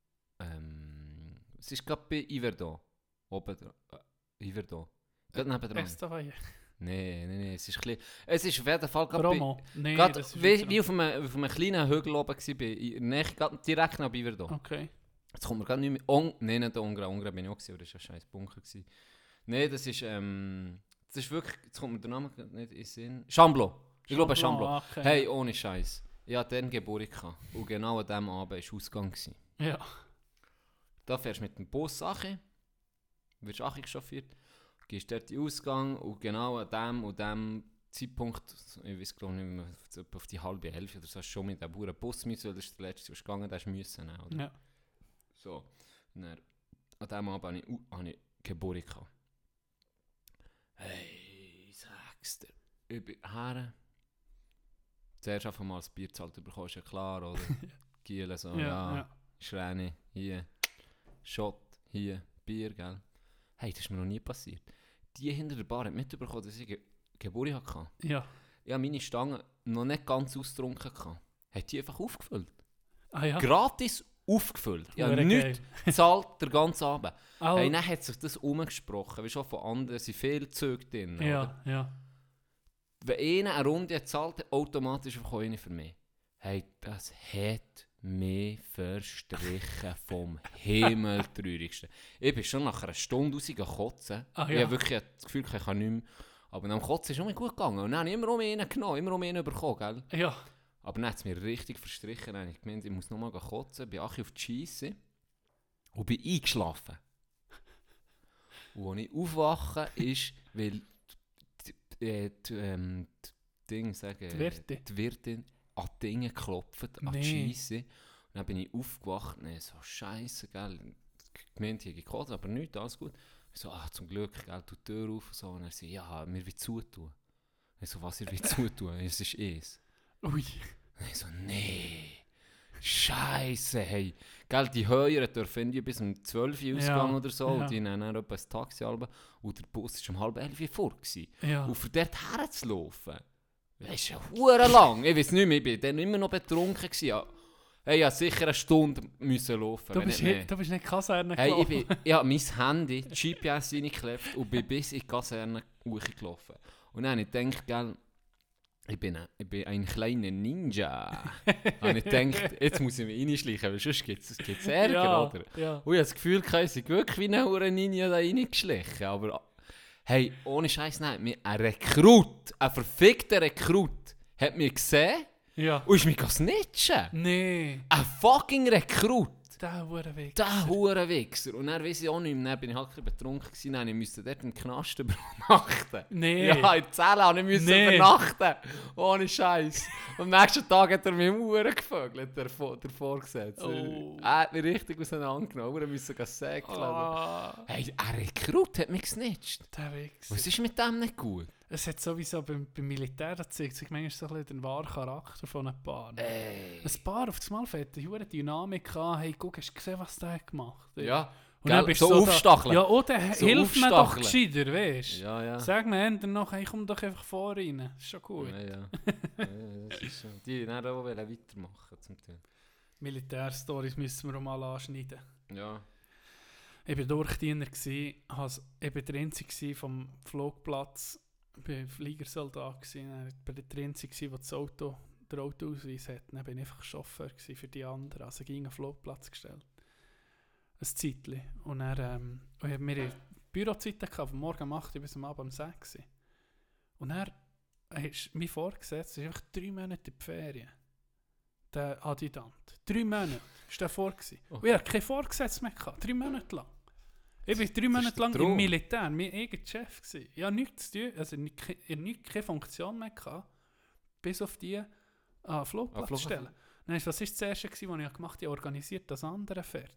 Ähm, es ist gerade bei Iverdon. Oben dran. Äh, Iverdon. Gerade nebendran. Extra Bayern. Nein, nein, nein. Es ist, ein bisschen, es ist auf jeden Fall gerade bei... Promo. Nee, Gerade das ist wie, jetzt wie auf einem, auf einem kleinen Hügel oben war, bei, in der Nähe, gerade direkt neben Iverdon. Okay. Jetzt kommt mir gerade nicht mehr... On, nein, nicht Ongra. Ongra bin ich auch gewesen, aber das war ein scheiß Bunker. Gewesen. Nein, das ist... Ähm, das ist wirklich... Jetzt kommt mir der Name gerade nicht in den Sinn. Chamblo. Ich glaube Chamblo. Okay. Hey, ohne Scheiß. Ich hatte dann Geburt gehabt. Und genau an diesem Abend war Ausgang. Gewesen. Ja. Da fährst du mit dem Bus Achi, wirst Achi chauffiert, gehst dort in den Ausgang und genau an dem und dem Zeitpunkt, ich weiß glaube nicht, wie man etwa auf die halbe elf oder so, hast du schon mit dem Bauern Bus müssen, weil das ist der letzte, was gegangen, der hast müssen nehmen, oder? Ja. So, und dann, an diesem Abend hatte ich, uh, hatte ich Geburt gehabt. Hey, sag's dir, ich bin her. Zuerst einfach mal das Bier zahlt bekommen, ist ja klar, oder? Gielen so, Ja, ja, ja. Schräne, hier, Shot, hier, Bier, gell? Hey, das ist mir noch nie passiert. Die hinter der Bar hat mitbekommen, dass ich Ge Geburt hatte. Ja. Ich hatte meine Stange noch nicht ganz ausgetrunken. Hat die einfach aufgefüllt. Ah ja. Gratis aufgefüllt. Ich habe Hure nichts gezahlt, der ganze Abend. Au- Hey, dann hat sich das umgesprochen, wie schon von anderen, sind viele Züge drin. Oder? Ja, ja. Wenn einer eine Runde gezahlt hat, automatisch einfach eine für mich. Hey, das hat mich verstrichen vom Himmeltraurigsten. Ich bin schon nach einer Stunde rausgekotzen. Ah, Ich ja. habe wirklich das Gefühl, ich kann nicht mehr. Aber nach dem Kotzen ist es mir gut gegangen. Und dann habe ich immer um einen genommen, immer um einen bekommen, gell? Ja. Aber dann hat es mir richtig verstrichen. Dann habe ich gemeint, ich muss nochmal kotzen. Bin auch auf die Scheisse und bin eingeschlafen. Und als ich aufwache, ist, weil die, die, die, ähm, die, Ding, sagen, Die Wirtin. die Wirtin an die Dinge geklopft, an Nee. die Scheisse. Und dann bin ich aufgewacht und dann so, Scheiße, gell. Gemeint, ich habe gekotzt, aber nichts, alles gut. Ich so, ah, zum Glück, gell, tu die Tür auf und so. Und er so, ja, mir will zutun. Ich so, was, ihr will zutun? Es ist es. Ui. Und ich so, nee, Scheiße, hey. Gell, die Höheren dürfen irgendwie bis um zwölf Uhr ausgehen oder so. ja. Und die nehmen dann etwa ein Taxi runter. Und der Bus war um halb elf Uhr vor. Gewesen. Ja. Und für dort herzulaufen, das ist ja verdammt lang. Ich weiß nicht mehr, ich war dann immer noch betrunken. Gewesen. Ja, hey, ich musste sicher eine Stunde müssen laufen. Du wenn bist, nicht nicht, mehr. du bist nicht Kaserne Hey, ich, gelaufen. bin, ich habe mein Handy, die G P S reingeklebt und bin bis in die Kaserne hochgelaufen. Und dann habe ich gedacht, gell, ich bin, ein, ich bin ein kleiner Ninja. Und ich gedacht, jetzt muss ich mich reinschleichen, weil sonst gibt es Ärger, ja, oder? ja. Und ich habe das Gefühl, ich sei wirklich wie ein hure Ninja da reingeschlichen. Aber hey, ohne Scheiß, nein, mir ein Rekrut, ein verfickter Rekrut, hat mich gesehen Ja. und ist mich snitchen. Nee. Ein fucking Rekrut. Der Hurenweg. Der hure Wichser. Und dann weiss ich auch nicht mehr, dann bin ich halt ein bisschen betrunken gewesen, dann musste ich dort im Knast übernachten. Nee. Ja, in der Zelle habe ich müssen Nee. übernachten. Ohne Scheiß. Und am nächsten Tag hat er mich im Huren gevögelt, der, Vor- der Vorgesetzte. Oh. Er hat mich richtig auseinandergenommen. Wir mussten gehen säckeln. Ah, Hey, ein Rekrut hat mich gesnitcht. der Wichser. Was ist mit dem nicht gut? es hat sowieso beim, beim Militär gezeigt sich manchmal so ein bisschen den wahren Charakter von einem Paar. Ey. Ein Paar auf das Mal fährt eine hohe Dynamik an. Hey, guck, hast du gesehen, was der hat gemacht? Ja, Und gell, dann bist so du aufstacheln. Da, ja, oder So hilf mir doch aufstacheln. gescheiter, weißt du? Ja, ja. Sag mir eher noch, hey, komm doch einfach vor rein. Das ist schon gut. Ja, ja. ja, das ist schon. Die wollten auch weitermachen zum Teil. Militärstories müssen wir auch mal anschneiden. Ja. Ich war Durchdiener, ich war der Einzige vom Flugplatz, ich war Fliegersoldat, ich war der Einzige, der das Auto, den Autoausweis hat. Dann war ich einfach Chauffeur für die anderen, also ging einen Flugplatz gestellt. Ein Zeitchen. Und dann ähm, und wir hatten Bürozeiten von morgen um acht bis am Abend um sechs. Und dann ist mein Vorgesetzter einfach drei Monate in die Ferien. Der Adjutant. Drei Monate war der vor. Oh. Und ich hatte keinen Vorgesetzten mehr. Gehabt. Drei Monate lang. Ich war drei Monate lang Traum. im Militär, mein eigener Chef. Gewesen. Ich hatte nichts zu tun, also nicht, nicht, keine Funktion mehr gehabt, bis auf die ah, Flugplatz Ah, Flugplatz. stellen. Dann ist, was war das erste, gewesen, was ich gemacht habe? Ich organisiert, dass andere fährt.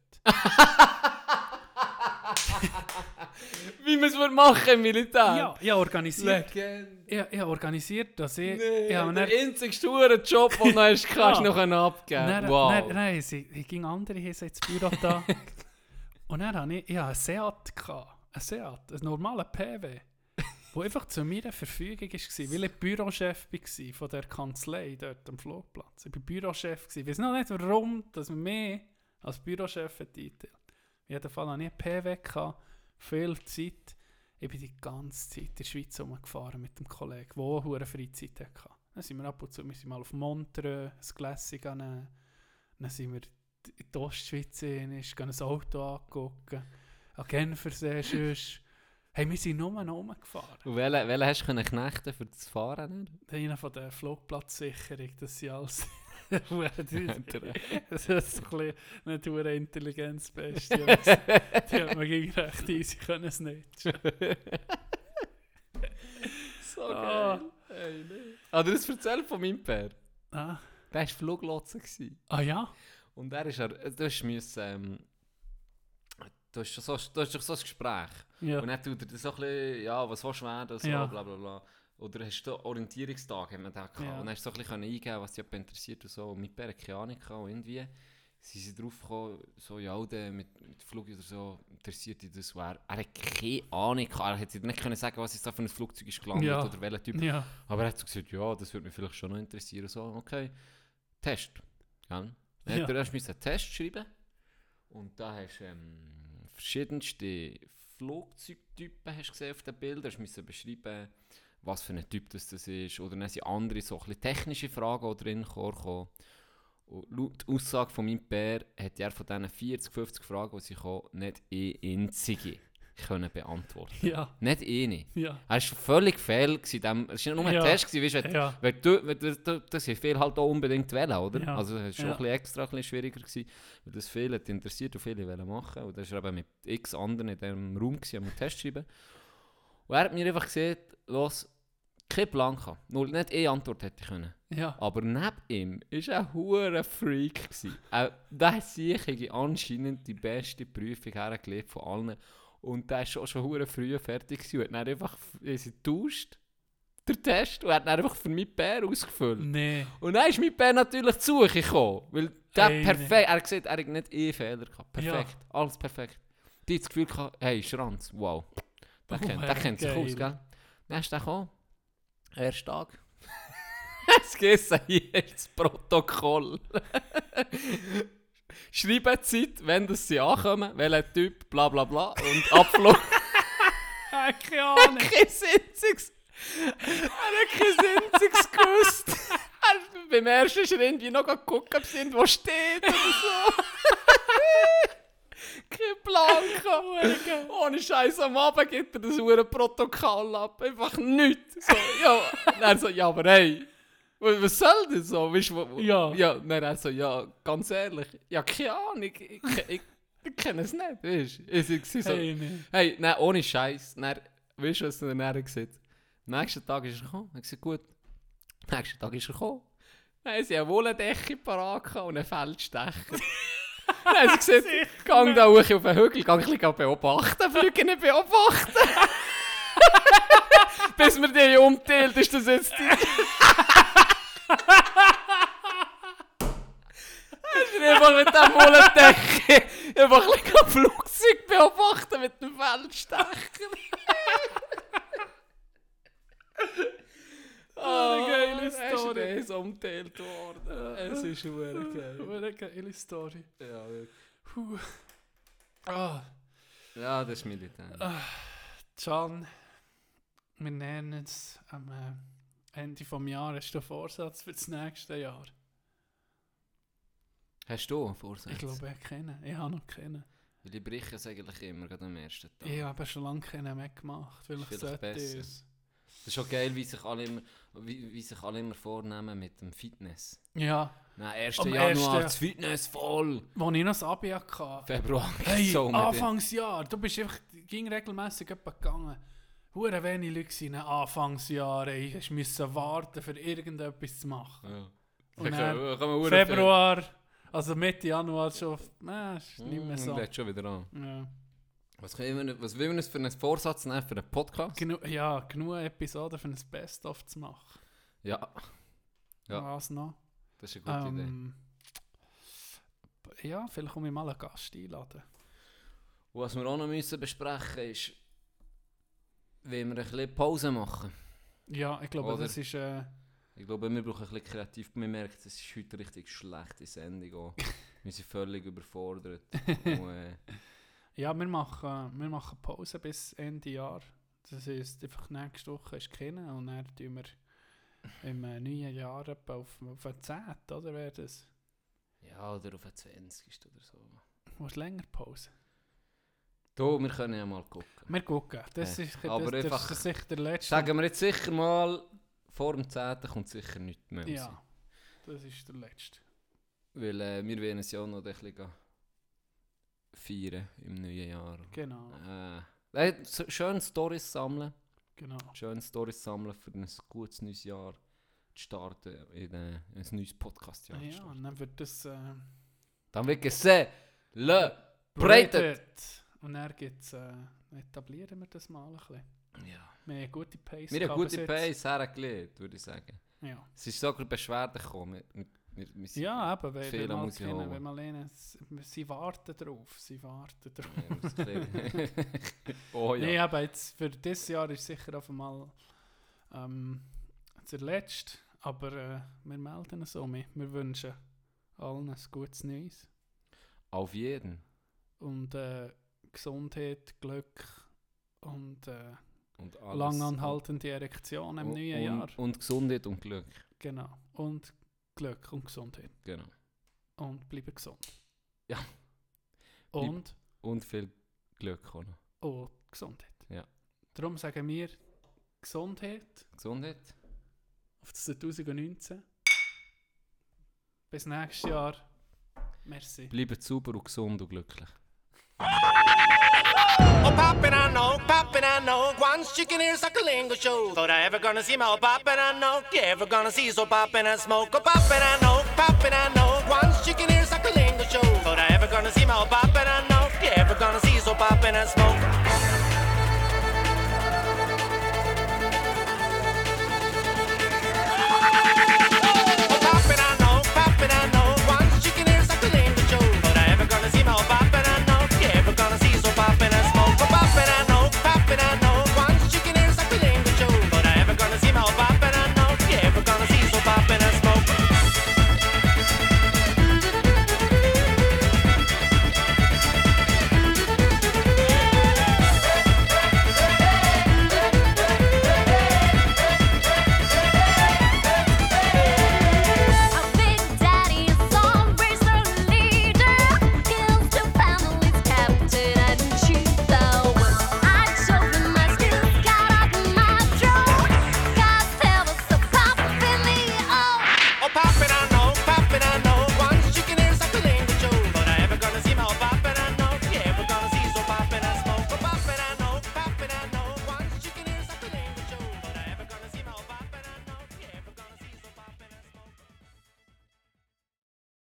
Wie man es machen im Militär? Ja, ich habe organisiert, Legende. ich, ich habe organisiert, dass ich... Nee, ich habe der dann- einzige sture Job, den du hast, kannst du Ja. noch abgeben. Dann, Wow. dann, dann, sie, ich ging andere hier ins Büro da. Und dann hatte ich, ich hatte einen Seat. Gehabt. Ein Seat, ein normaler P W. Der einfach zu meiner Verfügung war, weil ich Bürochef war von der Kanzlei dort am Flugplatz. Ich war Bürochef. Ich weiß noch nicht, warum dass man mich als Bürochef einteilt. Auf jeden Fall hatte ich einen P W, gehabt, viel Zeit. Ich bin die ganze Zeit in der Schweiz rumgefahren mit dem Kollegen, der auch eine Freizeit hatte. Dann sind wir ab und zu wir sind mal auf Montreux, ein Gläschen nehmen. Dann sind wir in die Ostschweiz hin, ist ein Auto angucken. An Genfersee sonst. Hey, wir sind nur noch rumgefahren. Und welchen, welchen hast du können knechten für das Fahren? Einer von der Flugplatzsicherung, das sind alles... das ist ein bisschen nicht eine Intelligenzbeste. Die hat man gegen recht easy können snitchen. So Ah. geil. Hey, nee. Ah, du hast erzählt von meinem Pär. Ah. Der war Fluglotse. gewesen. ah ja? Und er ist, er, du hast müssen, ähm, du hast so, du hast doch so ein Gespräch. Ja. Und dann tut er dir so ein bisschen, ja, was willst du werden, so, Ja. bla bla bla. Oder hast du Orientierungstag, haben wir da gehabt. Ja. Und dann hast du so ein bisschen eingeben, was dich interessiert und so. Und mit Pär keine Ahnung gehabt. Und irgendwie sind sie drauf gekommen, so, ja, der mit, mit Flug oder so, interessiert dich das. Und er, er hat keine Ahnung gehabt. Er hätte nicht können sagen, was ist da für ein Flugzeug ist gelandet Ja. oder welcher Typ. Ja. Aber er hat so gesagt, ja, das würde mich vielleicht schon noch interessieren. So, okay, Test. Ja. Dann Ja. hat er erst einen Test schreiben. Und da hast du ähm, verschiedenste Flugzeugtypen hast gesehen auf den Bildern. Du musst beschreiben, was für ein Typ das, das ist. Oder dann sind andere so ein bisschen technische Fragen auch drin gekommen. Und laut Aussage von meinem Pär hat er von diesen vierzig, fünfzig Fragen, die sie kommen, nicht eine einzige können beantworten. Ja. Nicht eine. Ja. Er war völlig fehl. Es war nicht nur ein Ja. Test, gewesen, weißt, wenn, Ja. wenn du, wenn du, du, das ist viel halt auch unbedingt wählen, oder? Ja. Also es war schon Ja. ein bisschen extra ein bisschen schwieriger, gewesen, weil das viele hat interessiert und viele wollen machen. Und das war eben mit x anderen in diesem Raum, gewesen, am Test schreiben. Und er hat mir einfach gesagt, los, kein Plan gehabt. Nur nicht eine Antwort hätte ich können. Ja. Aber neben ihm war ein hure Freak. gewesen. Auch der sicher anscheinend die beste Prüfung hergelegt von allen. Und der war schon, schon hure früh fertig gewesen und hat dann einfach äh, sie getauscht, der Test, und hat dann einfach für meinen Bär ausgefüllt. Nee. Und dann ist mein Bär natürlich zu Suche gekommen, weil der Hey, perfekt, nee. er hat gesagt, er hat nicht einen Fehler gehabt. Perfekt, alles perfekt. Die hat das Gefühl gehabt, hey, Schranz, wow. Der, Oh, kennt, der hey, kennt sich geil. aus, gell? Dann ist der gekommen. Erster Tag. Es geht hier ist das Protokoll. Schreiben die Zeit, wenn das sie ankommen, welcher Typ, bla bla bla. Und Abflug. Ah, keine Ahnung. Kein einziges. Er hat kein einziges gewusst. Er hat beim ersten Schritt irgendwie noch geguckt, ob es irgendwo steht oder so. Kein Plan gehabt. Ohne Scheiß, am Abend gibt er das hure Protokoll ab. Einfach nichts. So, ja. Dann so, ja, aber hey, was was soll das so? Weißt, wo, wo, Ja. ja. Dann er so, ja, ganz ehrlich, ja, keine Ahnung, ich, ich, ich, ich kenne es nicht, weißt du? Ich, ich, ich so, Hey, nee. hey, nein, ohne Scheiß. Weißt du, was er dann gesagt hat? Am nächsten Tag ist er gekommen. Er hat gesagt, gut. Am nächsten Tag ist er gekommen. Dann haben sie eine Wolldecke parat gehabt und einen Feldstecher. Dann haben sie gesagt, gang da hoch auf den Hügel, gang ein bisschen beobachten, Flüge nicht beobachten. bis wir die umteilt, ist das jetzt die... Hast du einfach mit dem Wollendecke einfach ein bisschen Flugzeug beobachten mit dem Feldstecher? Oh, eine geile Story. Story. Er ist umteilt worden. Es ist verdammt geil. Eine geile Story. Ja, wirklich. Puh. Ah, Ja, das ist Militär. Can, wir nennen es am äh, Ende des Jahres. Hast du einen Vorsatz für das nächste Jahr? Hast du einen Vorsatz? Ich glaube, ich kenne. Ich habe noch keinen. Weil ich breche es eigentlich immer, gerade am ersten Tag. Ich habe schon lange keinen mehr gemacht. Vielleicht, Vielleicht sollte besser. es. Das ist schon geil, wie sich alle immer, wie, wie sich alle immer vornehmen mit dem Fitness. Ja, Nein, ersten Am Januar, ersten- das Fitness voll. als ich noch das Abi hatte. Februar, Hey, so mit dem- Anfangsjahr. Du bist einfach, ging regelmässig jemand gegangen. Hure wenig Leute in den Anfangsjahren. Ich musste warten, für irgendetwas zu machen. Ja. Und Da dann kann- kann man hure Februar, also Mitte Januar schon, äh, ist viel- nicht mehr Mm, so. lädt schon wieder an. Ja. Was, können wir, was will man uns für einen Vorsatz nehmen für einen Podcast? Genu ja, genug Episoden für ein Best-of zu machen. Ja, Ja. Was noch? das ist eine gute Idee. Ähm, ja, vielleicht komme ich mal einen Gast einladen. Und was wir auch noch müssen besprechen ist, wie wir ein bisschen Pause machen. Ja, ich glaube, Oder- das ist... Äh, Ich glaube, wir brauchen ein bisschen kreativ. Man merkt, es ist heute eine richtig schlechte Sendung. Auch. Wir sind völlig überfordert. Und, äh, ja, wir machen, wir machen Pause bis Ende Jahr. Das heisst, einfach nächste Woche ist kennen und dann tun wir im äh, neuen Jahr etwa auf, auf den zehnten oder wäre das? ja, oder auf den zwanzigsten oder so. Du musst länger Pause. Du, wir können ja mal gucken. Wir gucken. Das Ja, ist, das, aber das, einfach- das ist sicher der letzte. Sagen wir jetzt sicher mal, vor dem zehnten kommt sicher nichts mehr raus. Ja, das ist der letzte. Weil äh, wir wollen es ja auch noch ein bisschen gehen feiern im neuen Jahr. Genau, Äh, äh, so- schön Storys sammeln. genau. Schön Storys sammeln für ein gutes neues Jahr zu starten, in äh, ein neues Podcast-Jahr zu Ja, starten. und dann wird das... Äh, Dann wird gesehen, le braided. Und dann gibt's, äh, etablieren wir das mal ein bisschen. Ja. Wir haben eine gute Pace. Wir haben gehabt gute bis Pace hergelegt, würde ich sagen. jetzt. Ja. Es ist sogar Beschwerden gekommen. Wir, wir, wir sind- Ja, eben, wenn, Fehler wenn, mal muss ich kennen, haben. wenn man lehnen, s- sie warten drauf, sie warten drauf. Ja, muss ein bisschen- oh ja. Nee, aber jetzt für dieses Jahr ist sicher auf einmal ähm, der letzte, aber äh, wir melden es um. Wir wünschen allen ein gutes Neues Auf jeden. und äh, Gesundheit, Glück und äh, Und alles. langanhaltende Erektion im und, neuen und, Jahr. Und Gesundheit und Glück. Genau. Und Glück und Gesundheit. Genau. Und bleiben gesund. Ja. Und Und viel Glück auch noch. oh, Gesundheit. Ja. Darum sagen wir Gesundheit Gesundheit. auf das zwanzig neunzehn. Bis nächstes Jahr. Merci. Bleibt sauber und gesund und glücklich. Oh, poppin', I know, poppin', I know. Once chicken ears like a lingo show. Thought I ever gonna see my oh, poppin', I know. You ever gonna see so poppin' and smoke? Oh, poppin', I know, poppin', I know. Once chicken ears like a lingo show. Thought I ever gonna see my oh, poppin', I know. You ever gonna see so poppin' and smoke?